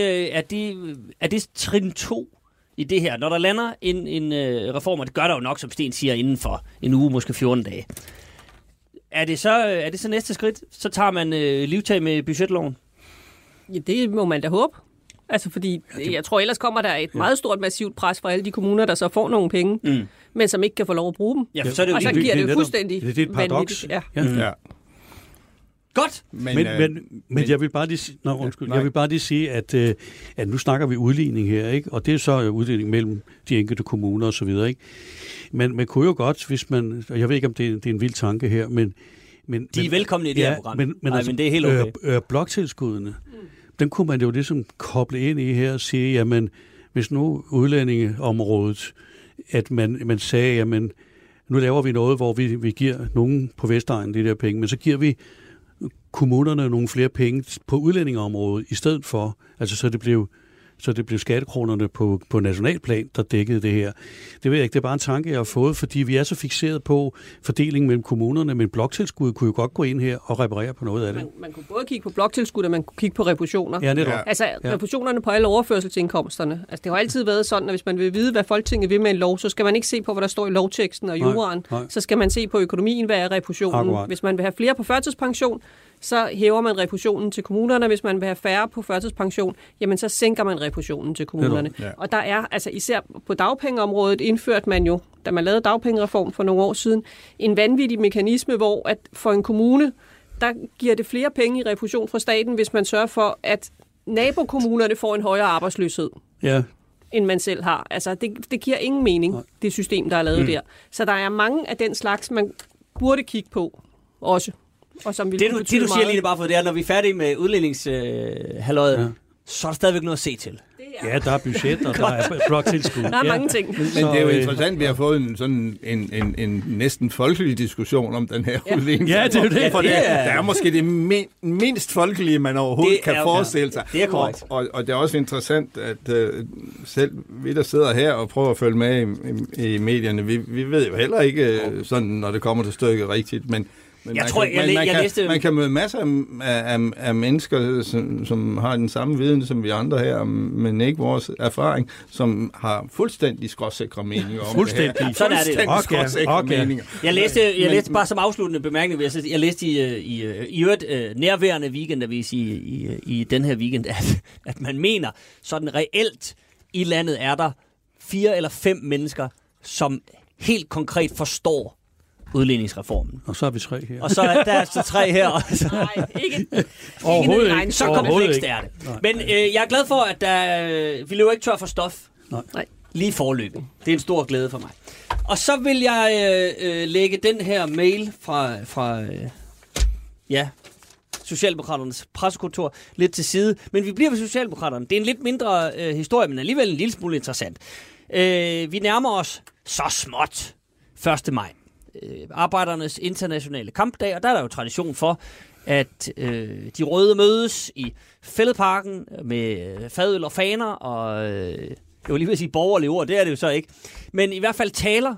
er det trin 2 i det her? Når der lander en reform, og det gør der jo nok, som Sten siger, inden for en uge, måske 14 dage. Er det så næste skridt? Så tager man livtag med budgetloven? Ja, det må man da håbe. Altså, fordi jeg tror, ellers kommer der et meget stort, massivt pres fra alle de kommuner, der så får nogle penge, men som ikke kan få lov at bruge dem. Ja, for så er det jo og så giver det jo fuldstændig det er et paradoks. Ja. Godt. Men jeg vil bare lige sige, jeg vil bare lige sige, at nu snakker vi udligning her, ikke? Og det er så udligning mellem de enkelte kommuner og så videre, ikke? Men man kunne jo godt, hvis man, og jeg ved ikke, om det er en vild tanke her, men de er velkomne i det her program. Men det er helt okay. Bloktilskuddene, den kunne man jo ligesom koble ind i her og sige, jamen, hvis nu udlændingeområdet, at man sagde, jamen, nu laver vi noget, hvor vi giver nogen på Vestegnen de der penge, men så giver vi kommunerne nogle flere penge på udlændingeområdet i stedet for, altså så det blev skattekronerne på nationalplan, der dækkede det her. Det ved jeg ikke, det er bare en tanke, jeg har fået, fordi vi er så fikseret på fordelingen mellem kommunerne, men bloktilskud kunne jo godt gå ind her og reparere på noget af det. Man kunne både kigge på bloktilskud, og man kunne kigge på refusioner. Ja, netop. Altså refusionerne på alle overførselsindkomsterne. Altså det har altid været sådan, at hvis man vil vide, hvad Folketinget vil med en lov, så skal man ikke se på, hvad der står i lovteksten og juraen. Så skal man se på økonomien, hvad er refusionen. Akkurat. Hvis man vil have flere på førtidspension, så hæver man refusionen til kommunerne. Hvis man vil have færre på førtidspension, jamen så sænker man refusionen til kommunerne. Ja. Og der er, altså især på dagpengeområdet, indførte man jo, da man lavede dagpengereform for nogle år siden, en vanvittig mekanisme, hvor at for en kommune, der giver det flere penge i refusion fra staten, hvis man sørger for, at nabokommunerne får en højere arbejdsløshed. Ja. End man selv har. Altså, det giver ingen mening, det system, der er lavet der. Så der er mange af den slags, man burde kigge på også. Og som det du siger, Line Barfod, det er, når vi er færdige med udlændingshalvøjet, så er der stadigvæk noget at se til. Ja, der er budget, og der er bloktilskud. Der er mange ting. Men det er jo interessant, at vi har fået en næsten folkelig diskussion om den her udligning. Ja, det er jo det. For det er måske det mindst folkelige, man overhovedet kan forestille sig. Det er korrekt. Og det er også interessant, at selv vi, der sidder her og prøver at følge med i medierne, vi ved jo heller ikke, sådan, når det kommer til stykket rigtigt, men man kan møde masser af mennesker, som har den samme viden som vi andre her, men ikke vores erfaring, som har fuldstændig skråsikre meninger om det her. Sådan er det. Meninger. Jeg læste bare som afsluttende bemærkning, jeg læste i øvrigt nærværende weekendavis i den her weekend, at man mener, sådan reelt i landet er der 4 eller 5 mennesker, som helt konkret forstår udligningsreformen. Og så er vi 3 her. Og så er der altså 3 her. Nej, ikke. Overhovedet ikke. Så komplekst er det. Men jeg er glad for, at vi løber ikke tør for stof. Nej. Lige forløbet. Det er en stor glæde for mig. Og så vil jeg lægge den her mail fra Socialdemokraternes pressekontor lidt til side. Men vi bliver ved Socialdemokraterne. Det er en lidt mindre historie, men alligevel en lille smule interessant. Vi nærmer os så småt 1. maj. Arbejdernes internationale kampdag, og der er der jo tradition for, at de røde mødes i Fælledparken med fadøl og faner, og jeg vil lige vil sige borgerlige ord, det er det jo så ikke, men i hvert fald taler.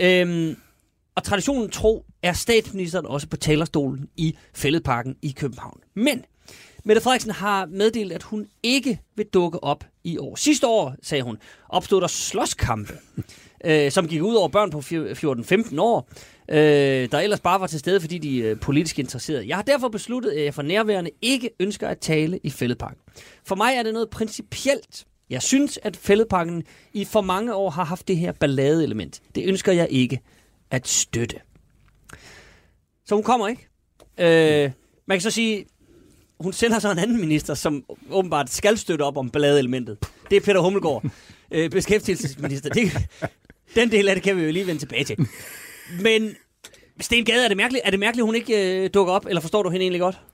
Og traditionen tro er statsministeren også på talerstolen i Fælledparken i København. Men Mette Frederiksen har meddelt, at hun ikke vil dukke op i år. Sidste år, sagde hun, opstod der slåskampe, som gik ud over børn på 14-15 år, der ellers bare var til stede, fordi de er politisk interesserede. Jeg har derfor besluttet, at jeg for nærværende ikke ønsker at tale i Fælledparken. For mig er det noget principielt. Jeg synes, at Fælledparken i for mange år har haft det her balladeelement. Det ønsker jeg ikke at støtte. Så hun kommer ikke. Man kan så sige, hun sender så en anden minister, som åbenbart skal støtte op om balladeelementet. Det er Peter Hummelgaard, beskæftigelsesminister. Den del af det kan vi jo lige vende tilbage til. Men Sten Gade, er det mærkeligt, hun ikke dukker op, eller forstår du hende egentlig godt?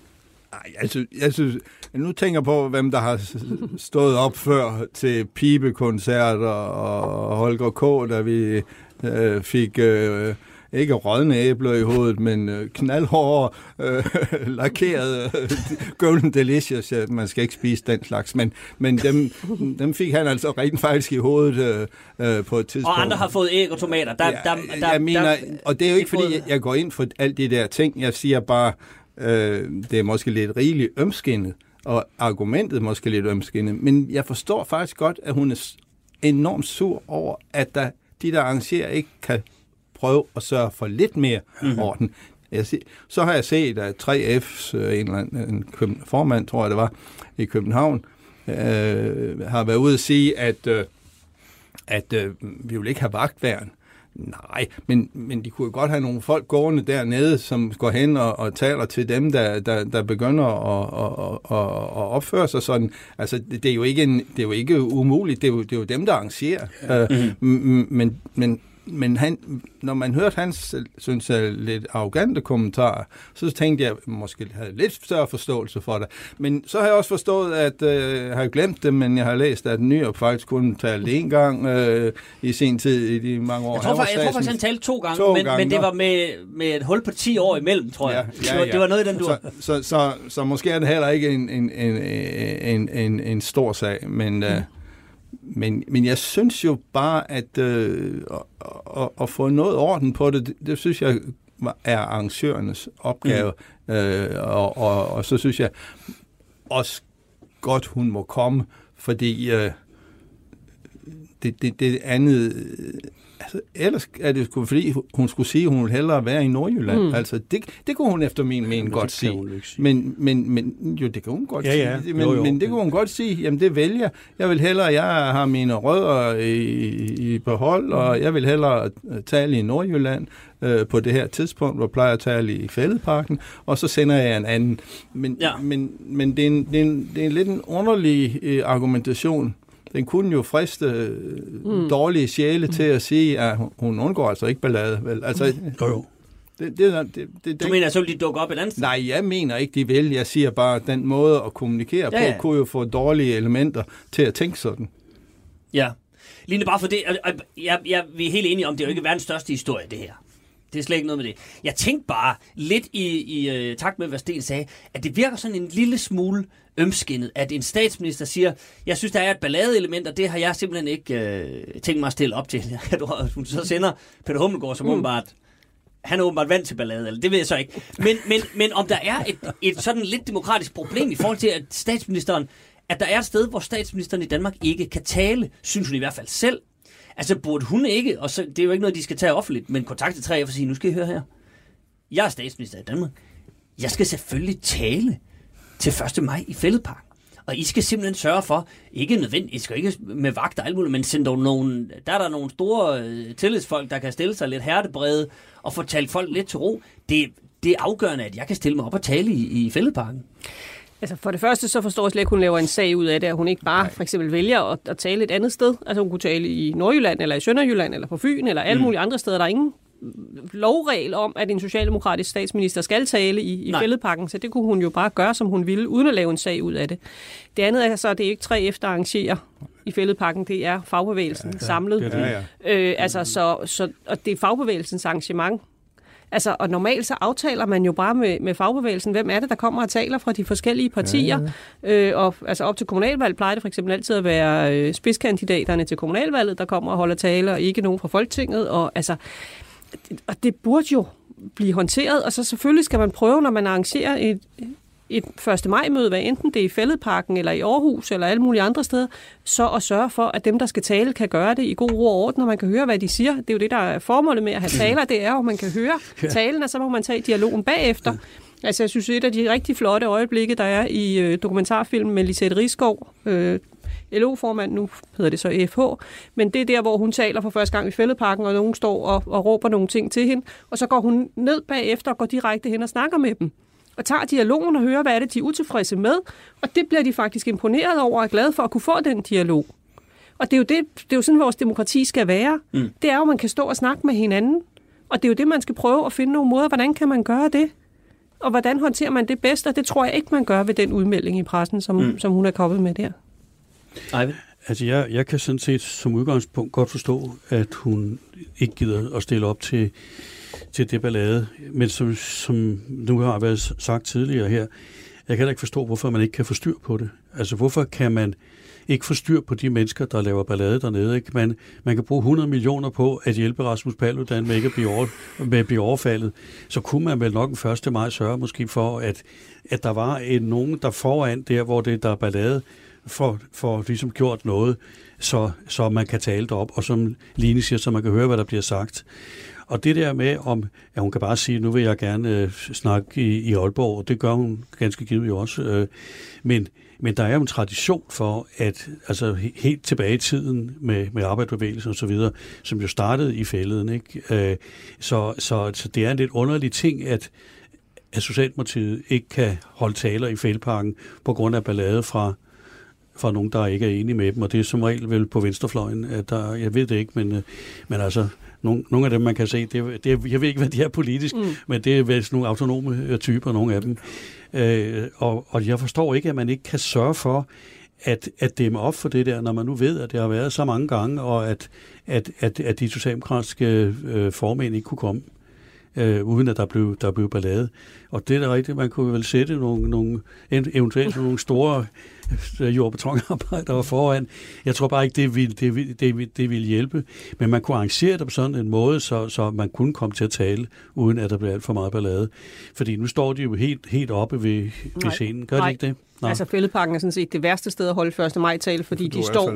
Jeg synes, nu tænker på, hvem der har stået op før til pibekoncerter og Holger K., da vi fik ikke rådne æbler i hovedet, men knaldhårde, lakerede Golden Delicious. Ja, man skal ikke spise den slags, men dem fik han altså rent faktisk i hovedet på et tidspunkt. Og andre har fået æg og tomater. Jeg mener, og det er jo ikke, fordi jeg går ind for alt de der ting. Jeg siger bare, det er måske lidt rigeligt ømskindet, og argumentet måske lidt ømskindet, men jeg forstår faktisk godt, at hun er enormt sur over, at de der arrangerer ikke kan prøve at sørge for lidt mere orden. Så har jeg set, at 3F's en formand, tror jeg det var, i København, har været ude at sige, at vi vil ikke have vagtværn. Nej, men de kunne godt have nogle folk gående dernede, som går hen og taler til dem, der begynder at opføre sig sådan. Altså, det er jo ikke umuligt. Det er jo dem, der arrangerer. Men når man hørte hans, synes jeg, lidt arrogante kommentarer, så tænkte jeg, måske havde lidt større forståelse for det. Men så har jeg også forstået, at jeg har glemt det, men jeg har læst, at Nyrup faktisk kun talte en gang i sin tid i de mange år. Jeg tror faktisk, han talte 2 gange, men det var med et hul på 10 år imellem, tror jeg. Ja. Det var noget i den dur. Så måske er det heller ikke en stor sag, men jeg synes jo bare, at få noget orden på det synes jeg er arrangørernes opgave. Og så synes jeg også godt, hun må komme, fordi det andet... Altså, ellers er det sgu, fordi hun skulle sige, at hun ville hellere være i Nordjylland. Altså, det kunne hun efter min mening godt sige. Men jo, det kan hun godt sige. Men det kunne hun godt sige, jamen det vælger. Jeg har mine rødder i behold, og jeg vil hellere tale i Nordjylland på det her tidspunkt, hvor jeg plejer at tale i Fælledparken, og så sender jeg en anden. Men det er lidt en underlig argumentation. Den kunne jo friste dårlige sjæle til at sige, at hun undgår altså ikke ballade. Vel? Altså, jo. Du mener, så vil de dukke op et andet sted? Nej, jeg mener ikke, de vil. Jeg siger bare, at den måde at kommunikere på, kunne jo få dårlige elementer til at tænke sådan. Ja. Line, bare for det, vi er helt enige om, det er jo ikke verdens største historie, det her. Det er slet ikke noget med det. Jeg tænkte bare lidt i takt med, hvad Sten sagde, at det virker sådan en lille smule ømskindet, at en statsminister siger, jeg synes, der er et balladeelement, og det har jeg simpelthen ikke tænkt mig at stille op til. Hun så sender Peter Hummelgaard som åbenbart, han er åbenbart vant til ballade, eller det ved jeg så ikke. Men om der er et sådan lidt demokratisk problem i forhold til, at statsministeren, at der er et sted, hvor statsministeren i Danmark ikke kan tale, synes hun i hvert fald selv. Altså burde hun ikke, og så, det er jo ikke noget, de skal tage offentligt, men kontakte 3F og sige, nu skal I høre her. Jeg er statsminister i Danmark. Jeg skal selvfølgelig tale til 1. maj i Fælledparken. Og I skal simpelthen sørge for, ikke nødvendigt, I skal ikke med vagter og alt muligt, men send dog der er der nogle store tillidsfolk, der kan stille sig lidt hærdebrede og få talt folk lidt til ro. Det er afgørende, at jeg kan stille mig op og tale i Fælledparken. Altså for det første, så forstår jeg slet ikke, at hun laver en sag ud af det, at hun ikke bare for eksempel vælger at tale et andet sted. Altså hun kunne tale i Nordjylland, eller i Sønderjylland, eller på Fyn, eller alle mulige andre steder. Der er ingen lovregel om, at en socialdemokratisk statsminister skal tale i Fælledparken, så det kunne hun jo bare gøre, som hun ville, uden at lave en sag ud af det. Det andet er så, at det er ikke 3F, der arrangerer i Fælledparken, det er fagbevægelsen samlet. Og det er fagbevægelsens arrangement. Altså, og normalt så aftaler man jo bare med fagbevægelsen, hvem er det, der kommer og taler fra de forskellige partier. Og altså op til kommunalvalg plejer det for eksempel altid at være spidskandidaterne til kommunalvalget, der kommer og holder taler, og ikke nogen fra Folketinget. Og det burde jo blive håndteret, og så selvfølgelig skal man prøve, når man arrangerer et 1. maj-møde, hvad enten det er i Fælledparken eller i Aarhus eller alle mulige andre steder, så at sørge for, at dem, der skal tale, kan gøre det i god ro og orden, og man kan høre, hvad de siger. Det er jo det, der er formålet med at have taler, det er jo, at man kan høre talen, og så må man tage dialogen bagefter. Altså, jeg synes, et af de rigtig flotte øjeblikke, der er i dokumentarfilmen med Lisette Risgaard, LO-formand, nu hedder det så FH, men det er der, hvor hun taler for første gang i Fælledparken, og nogen står og råber nogle ting til hende, og så går hun ned bagefter og går direkte hen og snakker med dem, og tager dialogen og hører, hvad er det, de er utilfredse med, og det bliver de faktisk imponeret over og er glade for at kunne få den dialog. Og det er jo sådan, vores demokrati skal være. Det er jo, at man kan stå og snakke med hinanden, og det er jo det, man skal prøve at finde nogle måder, hvordan kan man gøre det? Og hvordan håndterer man det bedst? Og det tror jeg ikke, man gør ved den udmelding i pressen, som hun er kommet med der. Altså, jeg kan sådan set som udgangspunkt godt forstå, at hun ikke gider at stille op til det ballade. Men som nu har været sagt tidligere her, jeg kan heller ikke forstå, hvorfor man ikke kan få styr på det. Altså, hvorfor kan man ikke få styr på de mennesker, der laver ballade dernede? Ikke? Man kan bruge 100 millioner på at hjælpe Rasmus Paludan med ikke at blive overfaldet. Så kunne man vel nok den 1. maj sørge måske for, at der var nogen, der foran der, hvor der er ballade, for ligesom gjort noget, så man kan tale derop, og som Line siger, så man kan høre, hvad der bliver sagt. Og det der med, at hun kan bare sige, nu vil jeg gerne snakke i Aalborg, og det gør hun ganske givet jo også. Men der er jo en tradition for, at altså helt tilbage i tiden med arbejderbevægelsen og så videre, som jo startede i Fælleden, ikke? Så det er en lidt underlig ting, at Socialdemokratiet ikke kan holde taler i Fælledparken på grund af ballade fra nogen, der ikke er enige med dem, og det er som regel vel på venstrefløjen, at jeg ved det ikke, men altså nogle af dem, man kan se, jeg ved ikke, hvad de er politisk, men det er vel sådan nogle autonome typer, nogle af dem. Og jeg forstår ikke, at man ikke kan sørge for at dæmme op for det der, når man nu ved, at det har været så mange gange, og at de socialdemokratiske formænd ikke kunne komme, uden at der blev ballade. Og det er da rigtigt, man kunne vel sætte eventuelt nogle store jordbetonarbejdere foran. Jeg tror bare ikke, det ville hjælpe. Men man kunne arrangere det på sådan en måde, så man kunne komme til at tale, uden at der blev alt for meget ballade. Fordi nu står de jo helt oppe ved scenen. Gør de ikke det? Nej. Altså Fælledparken er sådan set det værste sted at holde 1. maj-tale, fordi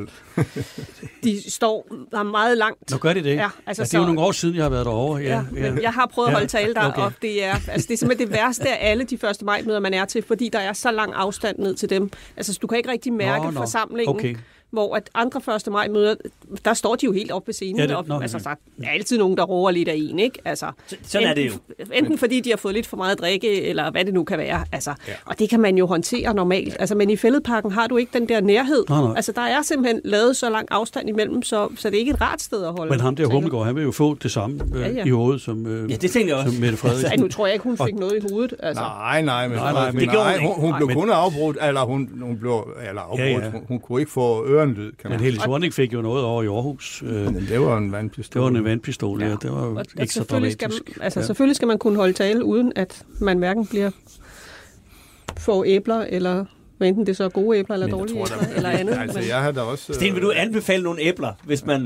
de står meget langt. Nå, gør de det? Ja, altså, det er jo nogle år siden, jeg har været derovre. Ja. Men jeg har prøvet at holde tale der, og det er simpelthen det værste af alle de 1. maj-møder, man er til, fordi der er så lang afstand ned til dem. Altså, du kan ikke rigtig mærke forsamlingen. Okay. Hvor at andre 1. maj-møder, der står de jo helt oppe ved scenen. Der er altid nogen, der råber lidt af en, ikke? Altså, sådan er det jo. Enten fordi de har fået lidt for meget at drikke, eller hvad det nu kan være. Altså, og det kan man jo håndtere normalt. Altså, men i Fælledparken har du ikke den der nærhed. Nej. Altså, der er simpelthen lavet så lang afstand imellem, så det er ikke et rart sted at holde. Men ham der Hummelgaard, han vil jo få det samme i hovedet som det tænker jeg også. Som Mette Frederiksen. Nu tror jeg ikke, hun fik noget i hovedet. Altså. Nej, hun blev kun afbrudt, eller hun blev afbrudt. Hun kunne ikke få ørenlyd. Men Helle Thorning fik jo noget over i Aarhus. Det var en vandpistol. Det var en vandpistol, ja. Det var jo ikke så dramatisk. Selvfølgelig skal man kunne holde tale, uden at man hverken bliver få æbler, eller enten det så er gode æbler, eller dårlige æbler, eller andet. Altså, jeg har da også... Sten, vil du anbefale nogle æbler, hvis man...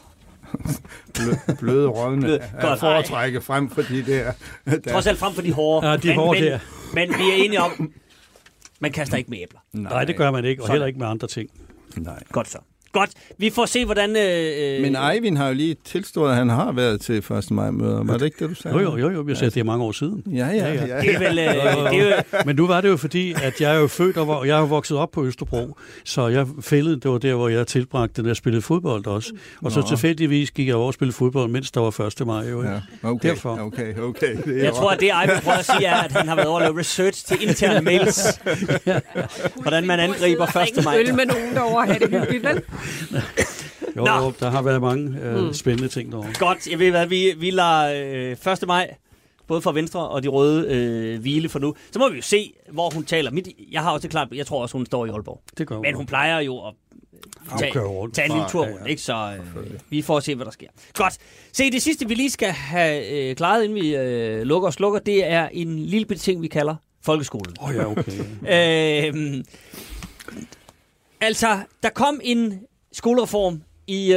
bløde rådne at foretrække frem for de der... Trods alt frem for de hårde. Ja, de hårde der. Men vi er enige om, man kaster ikke med æbler. Nej, det gør man ikke, og heller ikke med andre ting. Nej. Godt så. Godt. Vi får se, hvordan... Men Eivind har jo lige tilstået, at han har været til 1. maj-møder. Var det ikke det, du sagde? Jo. Jeg sagde, det er mange år siden. Ja. Det er vel... det er jo... Men nu var det jo fordi, at jeg er jo født og jeg er vokset op på Østerbro, så jeg fældede, det var der, hvor jeg tilbragte den, jeg spillede fodbold også. Og så tilfældigvis gik jeg over og spillede fodbold, mens der var 1. maj. Jo. Ja, okay. Derfor. Okay. Jeg tror, at det Eivind prøver at sige, er, at han har været over at lave research til interne mails. Hvordan man angriber 1. maj. Øl med nogen derovre, have det hyggeligt, vel? Jo, der har været mange spændende ting derovre. Godt, jeg ved hvad, vi lader 1. maj, både for Venstre og de røde, hvile for nu. Så må vi jo se, hvor hun taler. Jeg har også klart, jeg tror også, hun står i Aalborg. Det gør hun. Men hun plejer jo at tage en lille tur rundt, ikke? Så vi får se, hvad der sker. Godt. Se, det sidste, vi lige skal have klaret, inden vi lukker og slukker, det er en lille bitte ting, vi kalder folkeskolen. Ja, okay. Altså, der kom en skolereform i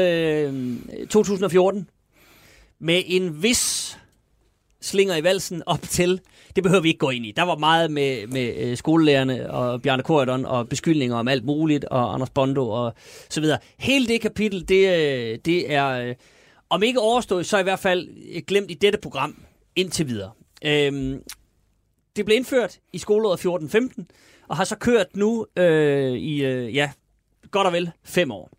2014 med en vis slinger i valsen op til. Det behøver vi ikke gå ind i. Der var meget med skolelærerne og Bjarne Corydon og beskyldninger om alt muligt, og Anders Bondo og så videre. Hele det kapitel, det er, om ikke overstået, så i hvert fald glemt i dette program indtil videre. Det blev indført i skoleåret 14-15, og har så kørt nu i godt og vel 5 år.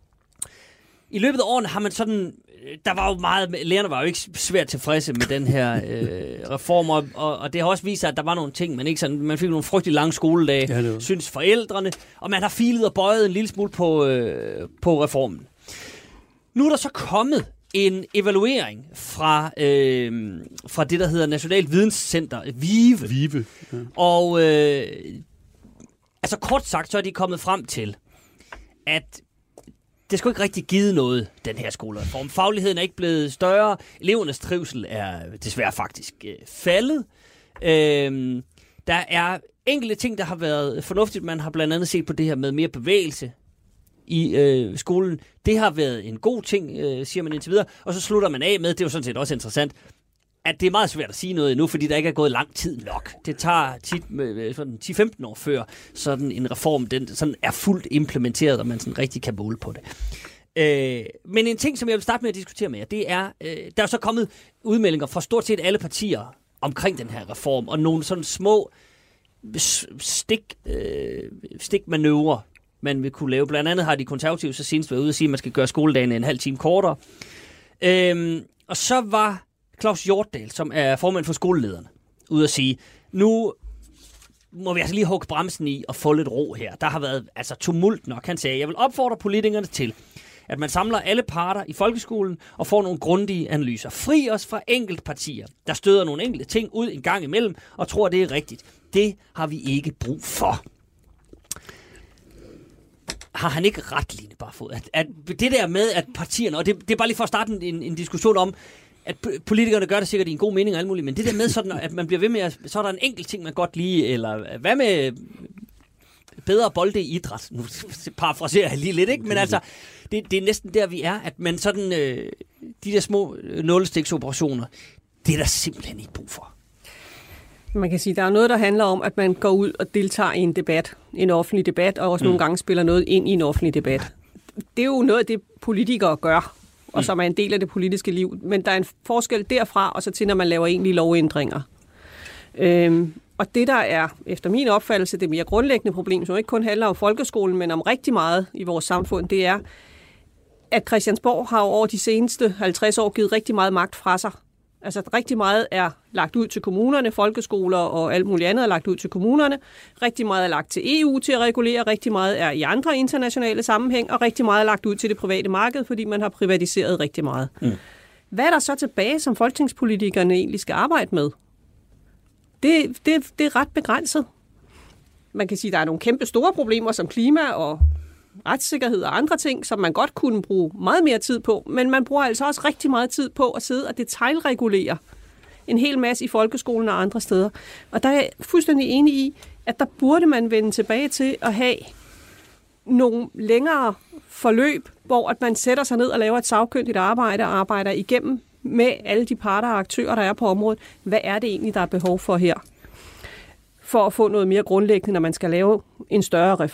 I løbet af årene har man sådan... Der var jo meget... Lærerne var jo ikke svært tilfredse med den her reform, og det har også vist sig, at der var nogle ting, man fik nogle frygtelig lange skoledage, synes forældrene, og man har filet og bøjet en lille smule på reformen. Nu er der så kommet en evaluering fra det, der hedder Nationalt Videnscenter, VIVE. Ja. Og altså kort sagt, så er de kommet frem til, at det skulle ikke rigtig give noget, den her skolereform. Fagligheden er ikke blevet større. Elevernes trivsel er desværre faktisk faldet. Der er enkelte ting, der har været fornuftigt. Man har blandt andet set på det her med mere bevægelse i skolen. Det har været en god ting, siger man indtil videre. Og så slutter man af med, det er jo sådan set også interessant, at det er meget svært at sige noget endnu, fordi der ikke er gået lang tid nok. Det tager tit 10-15 år før sådan en reform den sådan er fuldt implementeret, og man sådan rigtig kan måle på det. Men en ting, som jeg vil starte med at diskutere med jer, det er, der er så kommet udmeldinger fra stort set alle partier omkring den her reform, og nogle sådan små stikmanøvrer, man vil kunne lave. Blandt andet har de konservative så senest været ude og sige, at man skal gøre skoledagen en halv time kortere. Og så var Claus Hjortdal, som er formand for skolelederne, ude at sige, nu må vi altså lige hugge bremsen i og få lidt ro her. Der har været altså tumult nok. Han sagde, jeg vil opfordre politikerne til, at man samler alle parter i folkeskolen og får nogle grundige analyser. Fri os fra enkelte partier, der støder nogle enkelte ting ud en gang imellem og tror, det er rigtigt. Det har vi ikke brug for. Har han ikke ret, Line Barfod? At det der med, at partierne, og det er bare lige for at starte en diskussion om, at politikerne gør det sikkert i en god mening og alt muligt, men det der med sådan, at man bliver ved med, så er der en enkelt ting, man godt lide, eller hvad med bedre bolde i idræt? Nu parafraserer jeg lige lidt, ikke? Men altså, det er næsten der, vi er, at man sådan, de der små nålestiksoperationer, det er der simpelthen ikke brug for. Man kan sige, at der er noget, der handler om, at man går ud og deltager i en debat, en offentlig debat, og også nogle gange spiller noget ind i en offentlig debat. Det er jo noget af det, politikere gør, og som er en del af det politiske liv. Men der er en forskel derfra, og så til, når man laver egentlige lovændringer. Og det, der er, efter min opfattelse, det mere grundlæggende problem, som ikke kun handler om folkeskolen, men om rigtig meget i vores samfund, det er, at Christiansborg har over de seneste 50 år givet rigtig meget magt fra sig. Altså rigtig meget er lagt ud til kommunerne, folkeskoler og alt muligt andet er lagt ud til kommunerne. Rigtig meget er lagt til EU til at regulere, rigtig meget er i andre internationale sammenhæng, og rigtig meget er lagt ud til det private marked, fordi man har privatiseret rigtig meget. Hvad er der så tilbage, som folketingspolitikerne egentlig skal arbejde med? Det er ret begrænset. Man kan sige, at der er nogle kæmpe store problemer som klima og retssikkerhed og andre ting, som man godt kunne bruge meget mere tid på, men man bruger altså også rigtig meget tid på at sidde og detailregulere en hel masse i folkeskolen og andre steder. Og der er jeg fuldstændig enig i, at der burde man vende tilbage til at have nogle længere forløb, hvor at man sætter sig ned og laver et sagkyndigt arbejde og arbejder igennem med alle de parter og aktører, der er på området. Hvad er det egentlig, der er behov for her? For at få noget mere grundlæggende, når man skal lave en større reform.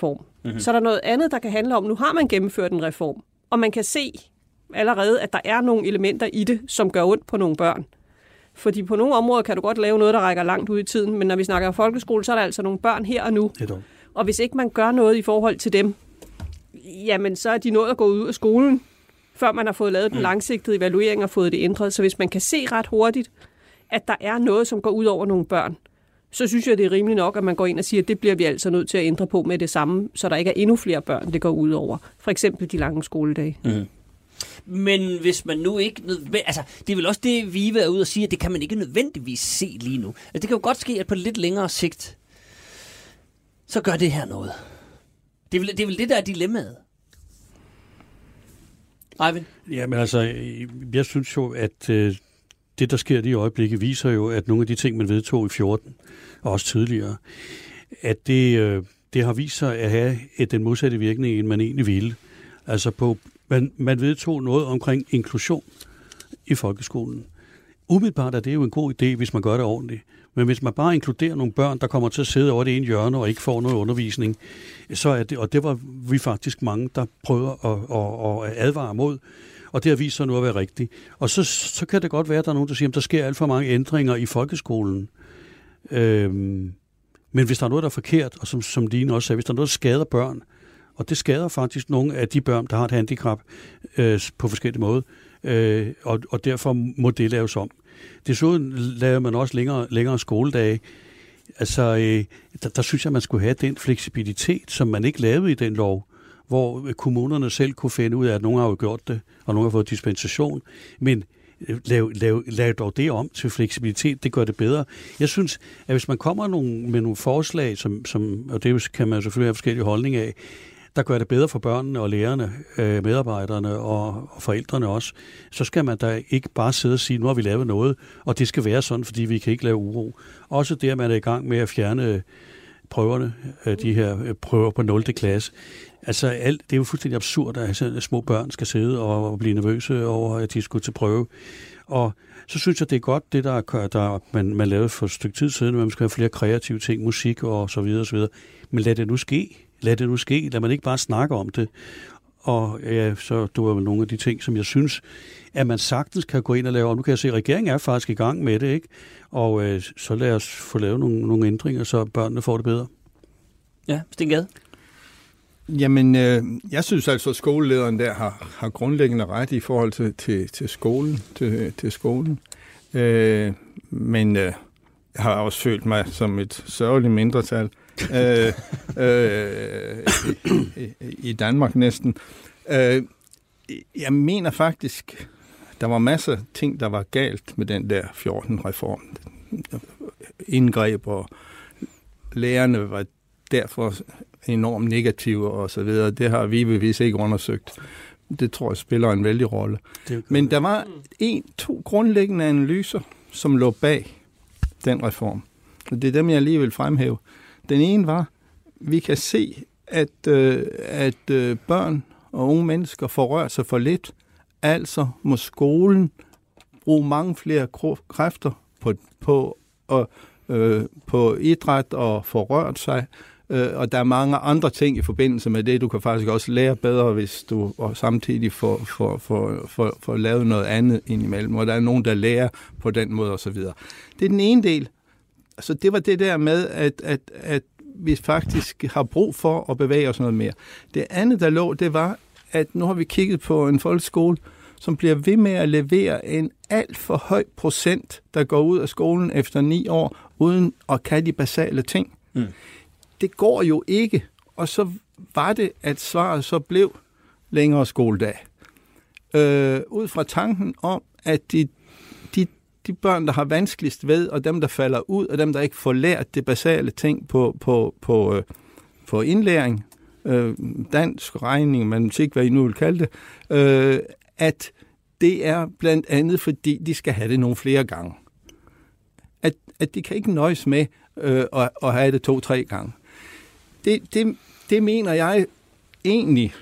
Så er der noget andet, der kan handle om, nu har man gennemført en reform, og man kan se allerede, at der er nogle elementer i det, som gør ondt på nogle børn. Fordi på nogle områder kan du godt lave noget, der rækker langt ud i tiden, men når vi snakker om folkeskole, så er der altså nogle børn her og nu. Og hvis ikke man gør noget i forhold til dem, jamen så er de nået at gå ud af skolen, før man har fået lavet den langsigtede evaluering og fået det ændret. Så hvis man kan se ret hurtigt, at der er noget, som går ud over nogle børn, så synes jeg, det er rimeligt nok, at man går ind og siger, at det bliver vi altså nødt til at ændre på med det samme, så der ikke er endnu flere børn, det går ud over. For eksempel de lange skoledage. Men hvis man nu ikke... Altså, det er vel også det, vi er ude og sige, at det kan man ikke nødvendigvis se lige nu. Altså, det kan jo godt ske, at på lidt længere sigt, så gør det her noget. Det er vel det, der er dilemmaet. Eivind? Jamen altså, jeg synes jo, at det, der sker i øjeblikket, viser jo, at nogle af de ting, man vedtog i 14, og også tidligere, at det har vist sig at have den modsatte virkning, end man egentlig ville. Altså, man vedtog noget omkring inklusion i folkeskolen. Umiddelbart er det jo en god idé, hvis man gør det ordentligt. Men hvis man bare inkluderer nogle børn, der kommer til at sidde over det ene hjørne og ikke får noget undervisning, så er det, og det var vi faktisk mange, der prøver at advare mod, og det har vist sig nu at være rigtigt. Og så kan det godt være, at der er nogen, der siger, at der sker alt for mange ændringer i folkeskolen. Men hvis der er noget, der er forkert, og som Line også sagde, hvis der er noget, der skader børn, og det skader faktisk nogle af de børn, der har et handicap på forskellige måder, og derfor må det laves om. Desuden laver man også længere skoledage. Altså, der synes jeg, man skulle have den fleksibilitet, som man ikke lavede i den lov, hvor kommunerne selv kunne finde ud af, at nogen har jo gjort det, og nogen har fået dispensation. Men lav dog det om til fleksibilitet, det gør det bedre. Jeg synes, at hvis man kommer med nogle forslag, som, og det kan man selvfølgelig have forskellige holdninger af, der gør det bedre for børnene og lærerne, medarbejderne og forældrene også, så skal man da ikke bare sidde og sige, nu har vi lavet noget, og det skal være sådan, fordi vi kan ikke lave uro. Også det, at man er i gang med at fjerne prøverne, de her prøver på 0. klasse. Altså, det er jo fuldstændig absurd, at små børn skal sidde og blive nervøse over, at de skulle til prøve. Og så synes jeg, det er godt, det man lavede for et stykke tid siden, at man skal have flere kreative ting, musik og så videre og så videre. Men lad det nu ske. Lad man ikke bare snakke om det. Og ja, så du var vel nogle af de ting, som jeg synes, at man sagtens kan gå ind og lave. Og nu kan jeg se, at regeringen er faktisk i gang med det, ikke? Og så lad os få lavet nogle ændringer, så børnene får det bedre. Ja, Steen Gade? Jamen, jeg synes altså, at skolelederen der har grundlæggende ret i forhold til skolen. Til skolen. Men jeg har også følt mig som et sørgeligt mindretal i Danmark næsten. Jeg mener faktisk, der var masser af ting, der var galt med den der 14-reform. Indgreb, og lærerne var derfor enormt negative og så videre. Det har vi bevis ikke undersøgt. Det tror jeg spiller en vældig rolle. Men der var to grundlæggende analyser, som lå bag den reform. Og det er dem, jeg lige vil fremhæve. Den ene var, vi kan se, at børn og unge mennesker får rørt sig for lidt. Altså må skolen bruge mange flere kræfter på idræt og få rørt sig. Og der er mange andre ting i forbindelse med det. Du kan faktisk også lære bedre, hvis du og samtidig får lavet noget andet indimellem. Og der er nogen, der lærer på den måde osv. Det er den ene del. Så det var det der med, at vi faktisk har brug for at bevæge os noget mere. Det andet, der lå, det var, at nu har vi kigget på en folkeskole, som bliver ved med at levere en alt for høj procent, der går ud af skolen efter 9 år, uden at kan de basale ting. Det går jo ikke, og så var det, at svaret så blev længere skoledag. Ud fra tanken om, at de børn, der har vanskeligst ved, og dem, der falder ud, og dem, der ikke får lært det basale ting på indlæring, dansk, regning, matematik, hvad I nu vil kalde det, at det er blandt andet, fordi de skal have det nogle flere gange. At de kan ikke nøjes med at have det 2-3 gange. Det mener jeg egentlig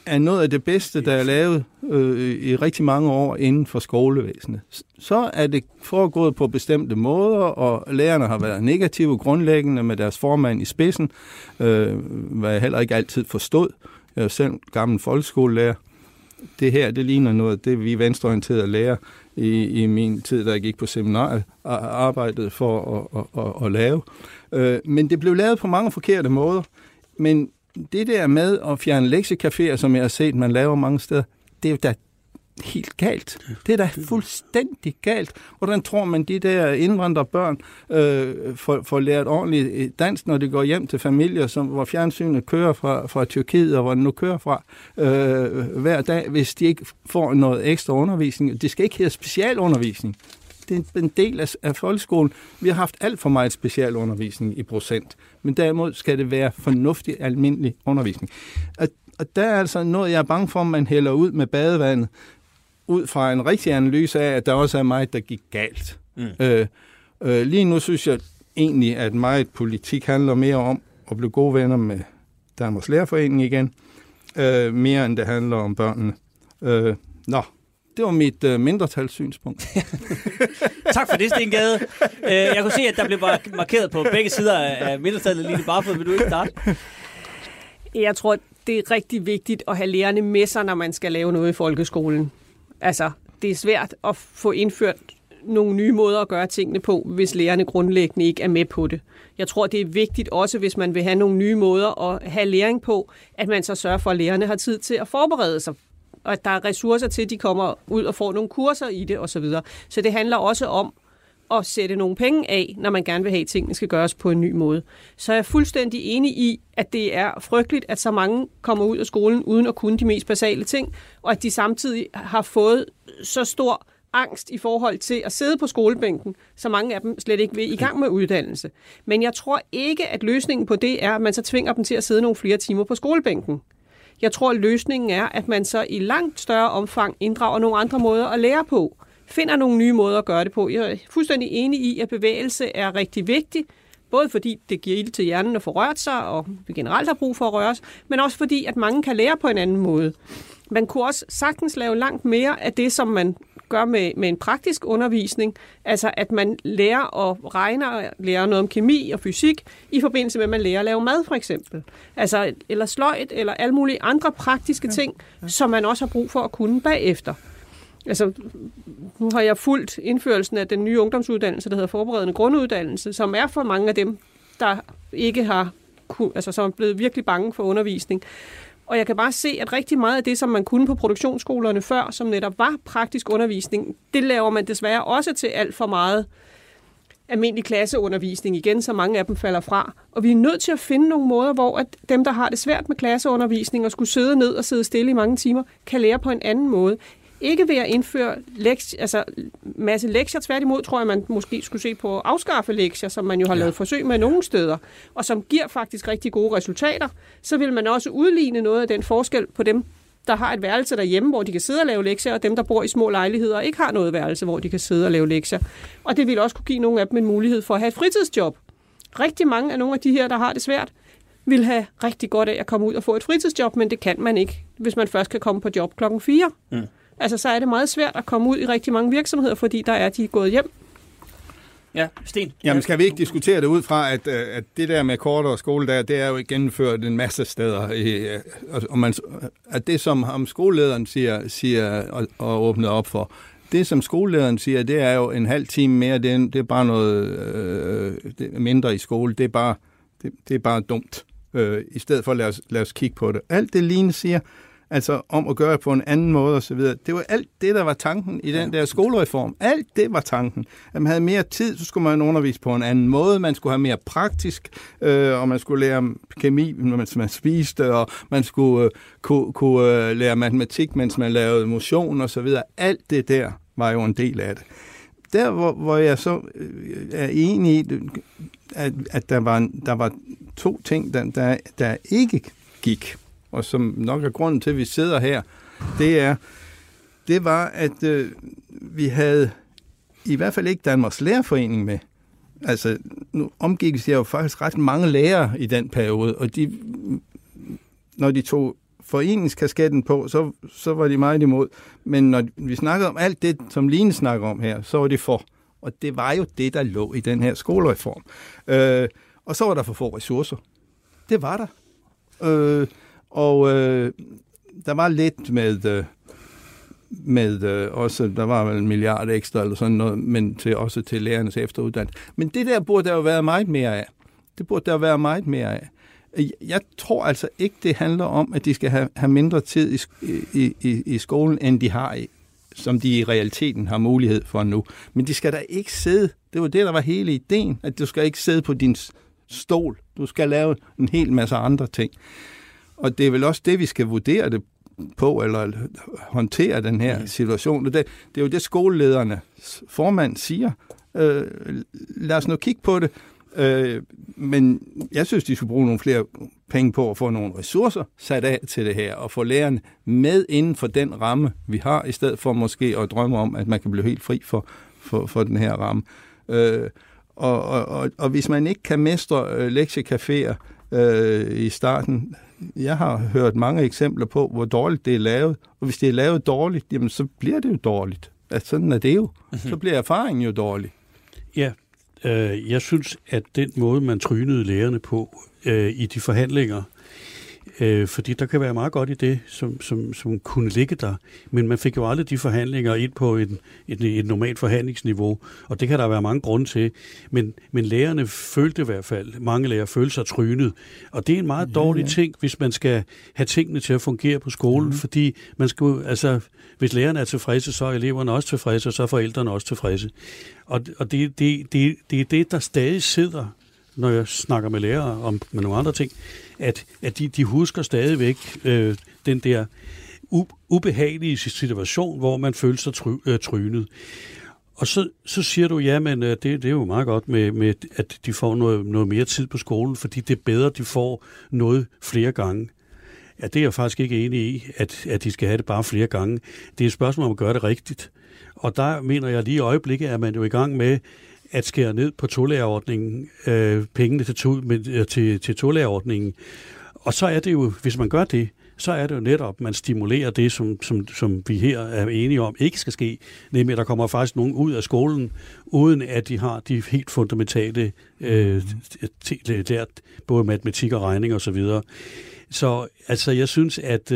er noget af det bedste, der er lavet i rigtig mange år inden for skolevæsenet. Så er det foregået på bestemte måder, og lærerne har været negative grundlæggende med deres formand i spidsen, hvad jeg heller ikke altid forstod. Jeg er selv gammel folkeskolelærer. Det her, det ligner noget af det, vi venstreorienterede lærer i min tid, da jeg gik på seminariet, arbejdede for at lave. Men det blev lavet på mange forkerte måder. Men det der med at fjerne lektiecaféer, som jeg har set, man laver mange steder, det er jo da helt galt. Det er da fuldstændig galt. Hvordan tror man, de der indvandrerbørn får lært ordentligt dansk, når de går hjem til familier, hvor fjernsynet kører fra Tyrkiet, og hvor den nu kører fra hver dag, hvis de ikke får noget ekstra undervisning? Det skal ikke hedde specialundervisning. Det er en del af folkeskolen. Vi har haft alt for meget specialundervisning i procent, men derimod skal det være fornuftig, almindelig undervisning. Og der er altså noget, jeg er bange for, at man hælder ud med badevandet, ud fra en rigtig analyse af, at der også er meget, der gik galt. Lige nu synes jeg egentlig, at meget politik handler mere om at blive gode venner med Danmarks Lærerforening igen, mere end det handler om børnene. Det var mit mindretalssynspunkt. Tak for det, Steen Gade. Jeg kunne se, at der blev markeret på begge sider af mindretallet lige bare, vil du ikke starte? Jeg tror, det er rigtig vigtigt at have lærerne med sig, når man skal lave noget i folkeskolen. Altså, det er svært at få indført nogle nye måder at gøre tingene på, hvis lærerne grundlæggende ikke er med på det. Jeg tror, det er vigtigt også, hvis man vil have nogle nye måder at have læring på, at man så sørger for, at lærerne har tid til at forberede sig, og at der er ressourcer til, at de kommer ud og får nogle kurser i det osv. Så det handler også om at sætte nogle penge af, når man gerne vil have, at tingene skal gøres på en ny måde. Så er jeg fuldstændig enig i, at det er frygteligt, at så mange kommer ud af skolen uden at kunne de mest basale ting, og at de samtidig har fået så stor angst i forhold til at sidde på skolebænken, så mange af dem slet ikke vil i gang med uddannelse. Men jeg tror ikke, at løsningen på det er, at man så tvinger dem til at sidde nogle flere timer på skolebænken. Jeg tror, at løsningen er, at man så i langt større omfang inddrager nogle andre måder at lære på. Finder nogle nye måder at gøre det på. Jeg er fuldstændig enig i, at bevægelse er rigtig vigtig, både fordi det giver ild til hjernen at få rørt sig, og vi generelt har brug for at røre os, men også fordi, at mange kan lære på en anden måde. Man kunne også sagtens lave langt mere af det, som man gør med en praktisk undervisning, altså at man lærer at regne og lærer noget om kemi og fysik, i forbindelse med, at man lærer at lave mad, for eksempel. Altså, eller sløjt, eller alle mulige andre praktiske ting, som man også har brug for at kunne bagefter. Altså, nu har jeg fulgt indførelsen af den nye ungdomsuddannelse, der hedder forberedende grunduddannelse, som er for mange af dem, der ikke har, altså som er blevet virkelig bange for undervisning. Og jeg kan bare se, at rigtig meget af det, som man kunne på produktionsskolerne før, som netop var praktisk undervisning, det laver man desværre også til alt for meget almindelig klasseundervisning igen, så mange af dem falder fra. Og vi er nødt til at finde nogle måder, hvor at dem, der har det svært med klasseundervisning og skulle sidde ned og sidde stille i mange timer, kan lære på en anden måde. Ikke ved at indføre masse lektier. Tværtimod tror jeg, man måske skulle se på at afskaffe lektier, som man jo har lavet forsøg med nogle steder, og som giver faktisk rigtig gode resultater. Så vil man også udligne noget af den forskel på dem, der har et værelse derhjemme, hvor de kan sidde og lave lektier, og dem, der bor i små lejligheder og ikke har noget værelse, hvor de kan sidde og lave lektier. Og det vil også kunne give nogle af dem en mulighed for at have et fritidsjob. Rigtig mange af nogle af de her, der har det svært, vil have rigtig godt af at komme ud og få et fritidsjob, men det kan man ikke, hvis man først kan komme på job 4:00. Altså, så er det meget svært at komme ud i rigtig mange virksomheder, fordi der er de gået hjem. Ja, Sten. Jamen, skal vi ikke diskutere det ud fra, at det der med kortere skoledag, det er jo gennemført en masse steder. At det, som skolelederen siger og åbner op for, det, som skolelederen siger, det er jo en halv time mere, det er bare noget mindre i skole. Det er bare dumt. I stedet for at lad os kigge på det. Alt det Line siger, altså om at gøre det på en anden måde osv. Det var alt det, der var tanken i den der skolereform. Alt det var tanken. At man havde mere tid, så skulle man undervise på en anden måde. Man skulle have mere praktisk, og man skulle lære kemi, mens man spiste, og man skulle kunne lære matematik, mens man lavede motion osv. Alt det der var jo en del af det. Der, hvor jeg så er enig i, at der var to ting, der ikke gik, og som nok er grunden til, at vi sidder her, det var, at vi havde i hvert fald ikke Danmarks Lærerforening med. Altså, nu omgik jeg jo faktisk ret mange lærere i den periode, og når de tog foreningskasketten på, så var de meget imod. Men når vi snakkede om alt det, som Line snakker om her, så var det for. Og det var jo det, der lå i den her skolereform. Og så var der for få ressourcer. Det var der. Der var lidt med også, der var vel 1 milliard ekstra eller sådan noget, men også til lærernes efteruddannelse. Men det der burde der jo være meget mere af. Det burde der være meget mere af. Jeg tror altså ikke, det handler om, at de skal have mindre tid i skolen, end de har, som de i realiteten har mulighed for nu. Men de skal da ikke sidde. Det var det, der var hele ideen, at du skal ikke sidde på din stol. Du skal lave en hel masse andre ting. Og det er vel også det, vi skal vurdere det på, eller håndtere den her situation. Det er jo det, skoleledernes formand siger. Lad os nu kigge på det. Men jeg synes, de skulle bruge nogle flere penge på at få nogle ressourcer sat af til det her, og få lærerne med inden for den ramme, vi har, i stedet for måske at drømme om, at man kan blive helt fri for den her ramme. Og hvis man ikke kan mestre lektiecaféer i starten, jeg har hørt mange eksempler på, hvor dårligt det er lavet, og hvis det er lavet dårligt, jamen så bliver det jo dårligt. Altså, sådan er det jo. Så bliver erfaringen jo dårlig. Ja, jeg synes, at den måde, man trynede lærerne på i de forhandlinger, fordi der kan være meget godt i det, som kunne ligge der, men man fik jo aldrig de forhandlinger ind på et normalt forhandlingsniveau, og det kan der være mange grunde til, men lærerne følte i hvert fald, mange lærere følte sig trynet, og det er en meget dårlig ting, hvis man skal have tingene til at fungere på skolen, fordi man skal, altså, hvis lærerne er tilfredse, så er eleverne også tilfredse, og så er forældrene også tilfredse. Og det er det, der stadig sidder, når jeg snakker med lærere om med nogle andre ting, at de husker stadigvæk den der ubehagelige situation, hvor man føler sig trynet. Og så siger du, ja, men det er jo meget godt med, at de får noget mere tid på skolen, fordi det er bedre, at de får noget flere gange. Ja, det er jeg faktisk ikke enig i, at de skal have det bare flere gange. Det er et spørgsmål om at gøre det rigtigt. Og der mener jeg lige i øjeblikket, at man jo i gang med at skære ned på tolærerordningen, pengene til tolærerordningen. Og så er det jo, hvis man gør det, så er det jo netop, man stimulerer det, som vi her er enige om, ikke skal ske. Nemlig, at der kommer faktisk nogen ud af skolen, uden at de har de helt fundamentale lært, både matematik og regning og så videre. Så altså, jeg synes, at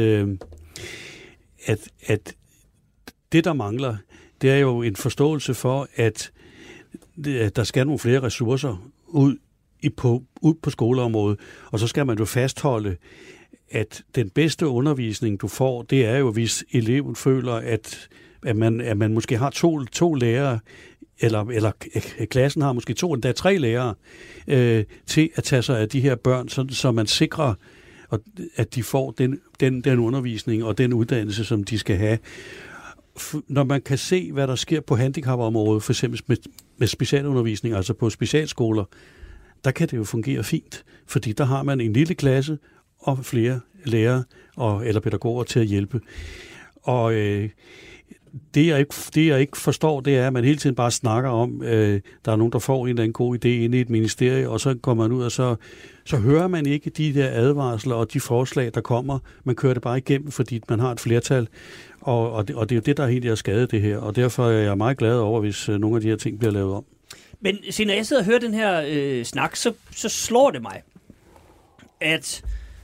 det, der mangler, det er jo en forståelse for, at der skal nogle flere ressourcer ud på skoleområdet, og så skal man jo fastholde, at den bedste undervisning, du får, det er jo, hvis eleven føler, at man måske har to lærere, eller klassen har måske 2 endda 3 lærere, til at tage sig af de her børn, så man sikrer, at de får den undervisning og den uddannelse, som de skal have. Når man kan se, hvad der sker på handicapområdet, for eksempel med specialundervisning, altså på specialskoler, der kan det jo fungere fint, fordi der har man en lille klasse og flere lærere eller pædagoger til at hjælpe. Og det jeg ikke forstår, det er, at man hele tiden bare snakker om, der er nogen, der får en eller anden god idé inde i et ministerie, og så kommer man ud, og så hører man ikke de der advarsler og de forslag, der kommer. Man kører det bare igennem, fordi man har et flertal, og det er jo det, der helt er skadet det her. Og derfor er jeg meget glad over, hvis nogle af de her ting bliver lavet om. Men når jeg sidder og hører den her snak, så slår det mig, at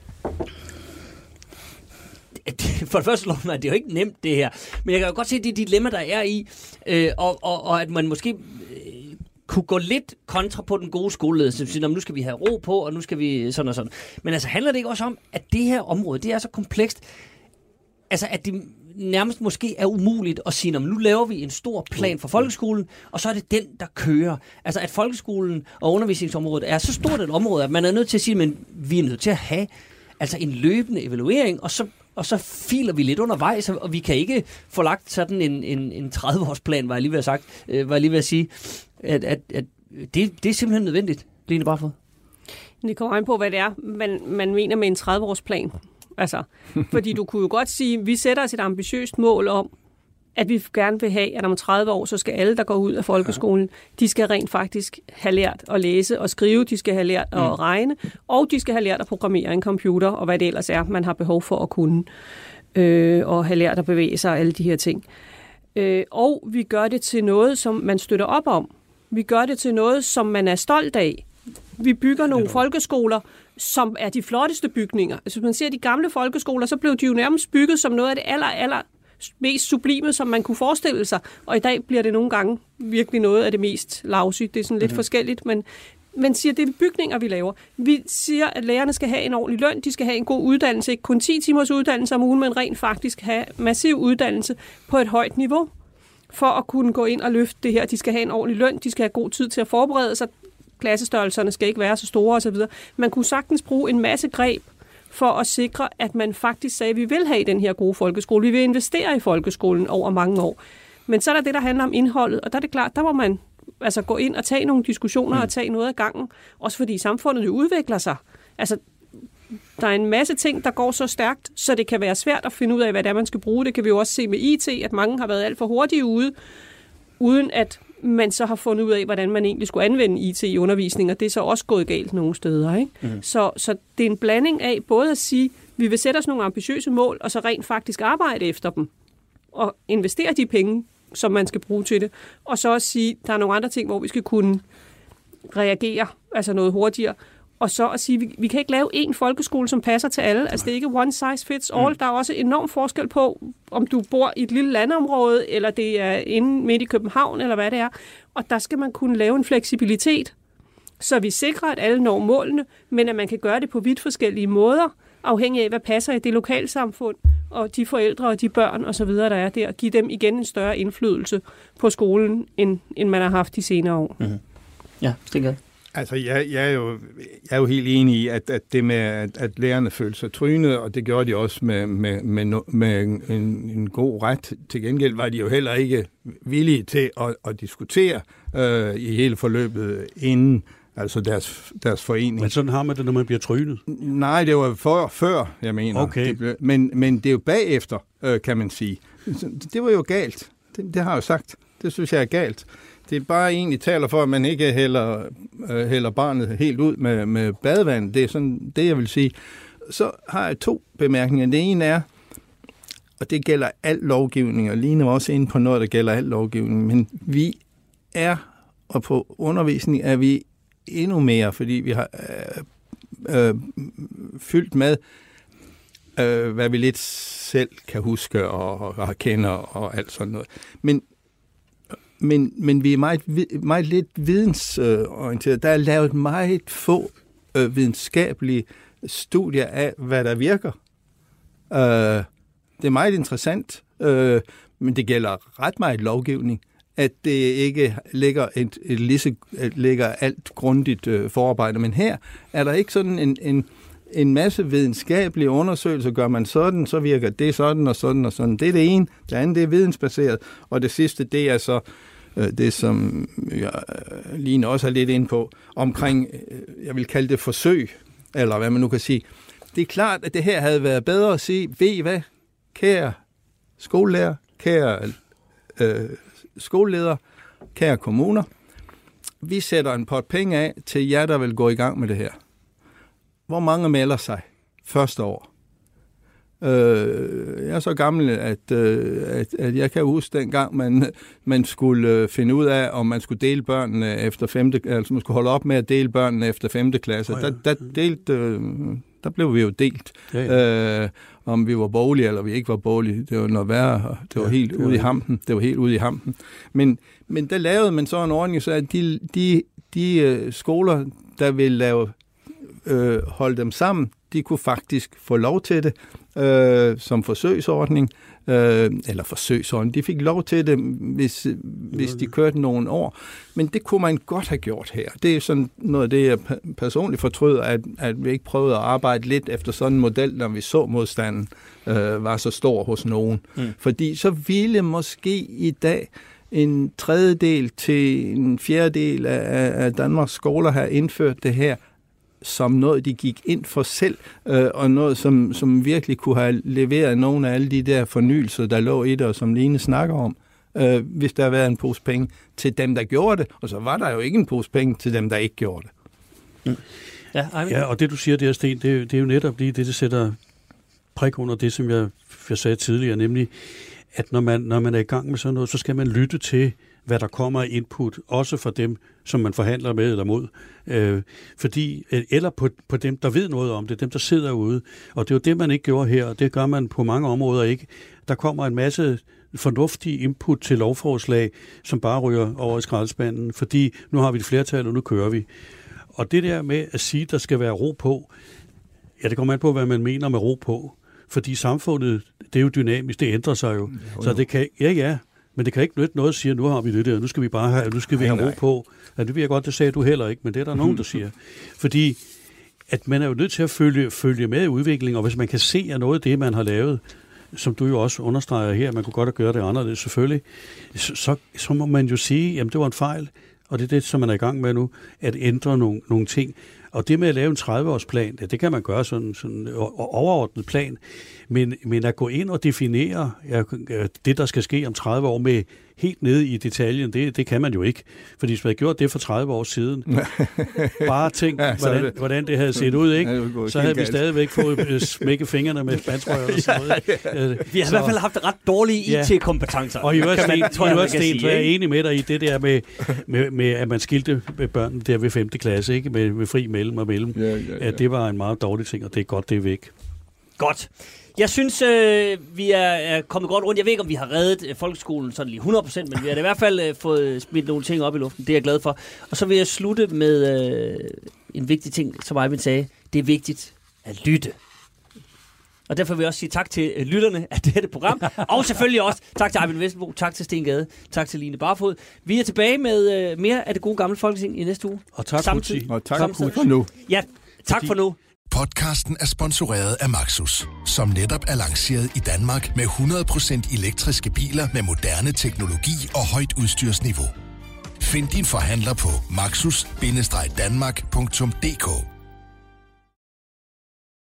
for det første slår det mig, at det er jo ikke nemt det her. Men jeg kan jo godt se det dilemma, der er i, og at man måske kunne gå lidt kontra på den gode skoleledelse, så nu skal vi have ro på, og nu skal vi sådan og sådan. Men altså handler det ikke også om, at det her område, det er så komplekst, altså at det nærmest måske er umuligt at sige, nu laver vi en stor plan for folkeskolen, og så er det den, der kører. Altså at folkeskolen og undervisningsområdet er så stort et område, at man er nødt til at sige, men vi er nødt til at have altså en løbende evaluering, og så filer vi lidt undervejs, og vi kan ikke få lagt sådan en 30-årsplan, var jeg lige ved at sige, at det er simpelthen nødvendigt, Line Barfod. Det kommer an på, hvad det er, man mener med en 30-årsplan. Altså, fordi du kunne jo godt sige, vi sætter os et ambitiøst mål om, at vi gerne vil have, at om 30 år, så skal alle, der går ud af folkeskolen, de skal rent faktisk have lært at læse og skrive, de skal have lært at regne, og de skal have lært at programmere en computer, og hvad det ellers er, man har behov for at kunne, og have lært at bevæge sig og alle de her ting. Og vi gør det til noget, som man støtter op om. Vi gør det til noget, som man er stolt af. Vi bygger nogle folkeskoler, som er de flotteste bygninger. Altså, hvis man ser de gamle folkeskoler, så blev de jo nærmest bygget som noget af det aller mest sublime, som man kunne forestille sig. Og i dag bliver det nogle gange virkelig noget af det mest lousy. Det er sådan lidt forskelligt, men man siger, at det er bygninger, vi laver. Vi siger, at lærerne skal have en ordentlig løn, de skal have en god uddannelse, ikke kun 10 timers uddannelse om ugen, men rent faktisk have massiv uddannelse på et højt niveau, for at kunne gå ind og løfte det her. De skal have en ordentlig løn, de skal have god tid til at forberede sig, klassestørrelserne skal ikke være så store osv. Man kunne sagtens bruge en masse greb for at sikre, at man faktisk sagde, at vi vil have den her gode folkeskole. Vi vil investere i folkeskolen over mange år. Men så er der det, der handler om indholdet, og der er det klart, der må man altså gå ind og tage nogle diskussioner og tage noget af gangen, også fordi samfundet jo udvikler sig. Altså, der er en masse ting, der går så stærkt, så det kan være svært at finde ud af, hvad det er, man skal bruge. Det kan vi jo også se med IT, at mange har været alt for hurtige ude, uden at man så har fundet ud af, hvordan man egentlig skulle anvende IT i undervisning, og det er så også gået galt nogle steder. Ikke? Så det er en blanding af både at sige, vi vil sætte os nogle ambitiøse mål, og så rent faktisk arbejde efter dem, og investere de penge, som man skal bruge til det, og så også sige, der er nogle andre ting, hvor vi skal kunne reagere, altså noget hurtigere, og så at sige, vi kan ikke lave én folkeskole, som passer til alle. Altså det er ikke one size fits all. Der er også enorm forskel på, om du bor i et lille landområde, eller det er inde midt i København, eller hvad det er. Og der skal man kunne lave en fleksibilitet, så vi sikrer, at alle når målene, men at man kan gøre det på vidt forskellige måder, afhængig af, hvad passer i det lokalsamfund, og de forældre og de børn osv., der er der, give dem igen en større indflydelse på skolen, end man har haft de senere år. Mm-hmm. Ja, Sten Gade. Altså, jeg er jo helt enig i, at det med, at lærerne følte sig trynet, og det gjorde de også med en god ret. Til gengæld var de jo heller ikke villige til at diskutere i hele forløbet inden, altså deres forening. Men sådan har man det, når man bliver trynet? Nej, det var før, jeg mener. Okay. Men det er jo bagefter, kan man sige. Det var jo galt. Det har jeg jo sagt. Det synes jeg er galt. Det er bare egentlig taler for, at man ikke hælder barnet helt ud med badevand. Det er sådan det, jeg vil sige. Så har jeg 2 bemærkninger. Det ene er, og det gælder al lovgivning, og Line var også inde på noget, der gælder al lovgivning, men vi er, og på undervisning er vi endnu mere, fordi vi har fyldt med, hvad vi lidt selv kan huske og kender og alt sådan noget. Men vi er meget lidt vidensorienteret. Der er lavet meget få videnskabelige studier af, hvad der virker. Det er meget interessant, men det gælder ret meget lovgivning, at det ikke ligger alt grundigt forarbejde. Men her er der ikke sådan en masse videnskabelige undersøgelser. Gør man sådan, så virker det sådan og sådan og sådan. Det er det ene. Det andet, det er vidensbaseret. Og det sidste, det er så det, som Line også er lidt inde på, omkring, jeg vil kalde det forsøg, eller hvad man nu kan sige. Det er klart, at det her havde været bedre at sige, ved I hvad, kære skolelærer, kære skoleleder, kære kommuner, vi sætter en pot penge af til jer, der vil gå i gang med det her. Hvor mange melder sig første år? Jeg er så gammel, at jeg kan huske dengang, man skulle finde ud af, om man skulle dele børnene efter 5. Altså man skulle holde op med at dele børnene efter 5. klasse. Der blev vi jo delt. Ja. Om vi var borgerlige eller vi ikke var borgerlige. Det var noget værre. Det var helt ude i hampen. Det var helt ude i hampen. Men der lavede man så en ordning, så at de skoler, der ville holde dem sammen, de kunne faktisk få lov til det som forsøgsordning, eller forsøgsordning. De fik lov til det, hvis de kørte nogle år. Men det kunne man godt have gjort her. Det er sådan noget af det, jeg personligt fortryder, at vi ikke prøvede at arbejde lidt efter sådan en model, når vi så modstanden var så stor hos nogen. Fordi så ville måske i dag en 1/3 til en 1/4 af Danmarks skoler have indført det her som noget, de gik ind for selv, og noget, som virkelig kunne have leveret nogle af alle de der fornyelser, der lå i det, og som Line snakker om, hvis der havde været en pose penge til dem, der gjorde det, og så var der jo ikke en pose penge til dem, der ikke gjorde det. Mm. Ja, og det du siger der, Sten, det er jo netop lige det sætter prik under det, som jeg sagde tidligere, nemlig, at når man er i gang med sådan noget, så skal man lytte til, hvad der kommer af input, også for dem, som man forhandler med eller mod. Eller på dem, der ved noget om det, dem, der sidder ude. Og det er jo det, man ikke gjorde her, og det gør man på mange områder ikke. Der kommer en masse fornuftige input til lovforslag, som bare ryger over i skraldespanden, fordi nu har vi et flertal, og nu kører vi. Og det der med at sige, at der skal være ro på, ja, det kommer an på, hvad man mener med ro på. Fordi samfundet, det er jo dynamisk, det ændrer sig jo. Så det kan, men det kan ikke nytte noget at sige, at nu har vi det der, nu skal vi bare have ro på. Ja, det ved jeg godt, det sagde du heller ikke, men det er der nogen, der siger. Fordi at man er jo nødt til at følge med i udviklingen, og hvis man kan se, at noget af det, man har lavet, som du jo også understreger her, man kunne godt have gjort det anderledes selvfølgelig, så må man jo sige, jamen det var en fejl, og det er det, som man er i gang med nu, at ændre nogle ting. Og det med at lave en 30-årsplan, det kan man gøre sådan en overordnet plan, men at gå ind og definere det, der skal ske om 30 år med helt nede i detaljen, det kan man jo ikke. Fordi hvis man havde gjort det for 30 år siden, bare tænk, hvordan det havde set ud, ikke? Så havde vi stadigvæk fået smække fingrene med bandsrør og sådan noget. Vi har i hvert fald haft ret dårlige IT-kompetencer. Og i øvrigt, Sten, så er jeg enig med dig i det der med at man skilte børnene der ved 5. klasse, ikke? Med fri mellem og mellem. At det var en meget dårlig ting, og det er godt, det er væk. Godt. Jeg synes, vi er kommet godt rundt. Jeg ved ikke, om vi har reddet folkeskolen sådan lige 100%, men vi har i hvert fald fået smidt nogle ting op i luften. Det er jeg glad for. Og så vil jeg slutte med en vigtig ting, som Eivind sagde. Det er vigtigt at lytte. Og derfor vil jeg også sige tak til lytterne af dette program. Og selvfølgelig også tak til Eivind Vesselbo, tak til Sten Gade, tak til Line Barfod. Vi er tilbage med mere af det gode gamle Folketing i næste uge. Og tak for nu. Ja, tak for nu. Podcasten er sponsoreret af Maxus, som netop er lanceret i Danmark med 100% elektriske biler med moderne teknologi og højt udstyrsniveau. Find din forhandler på maxus-danmark.dk.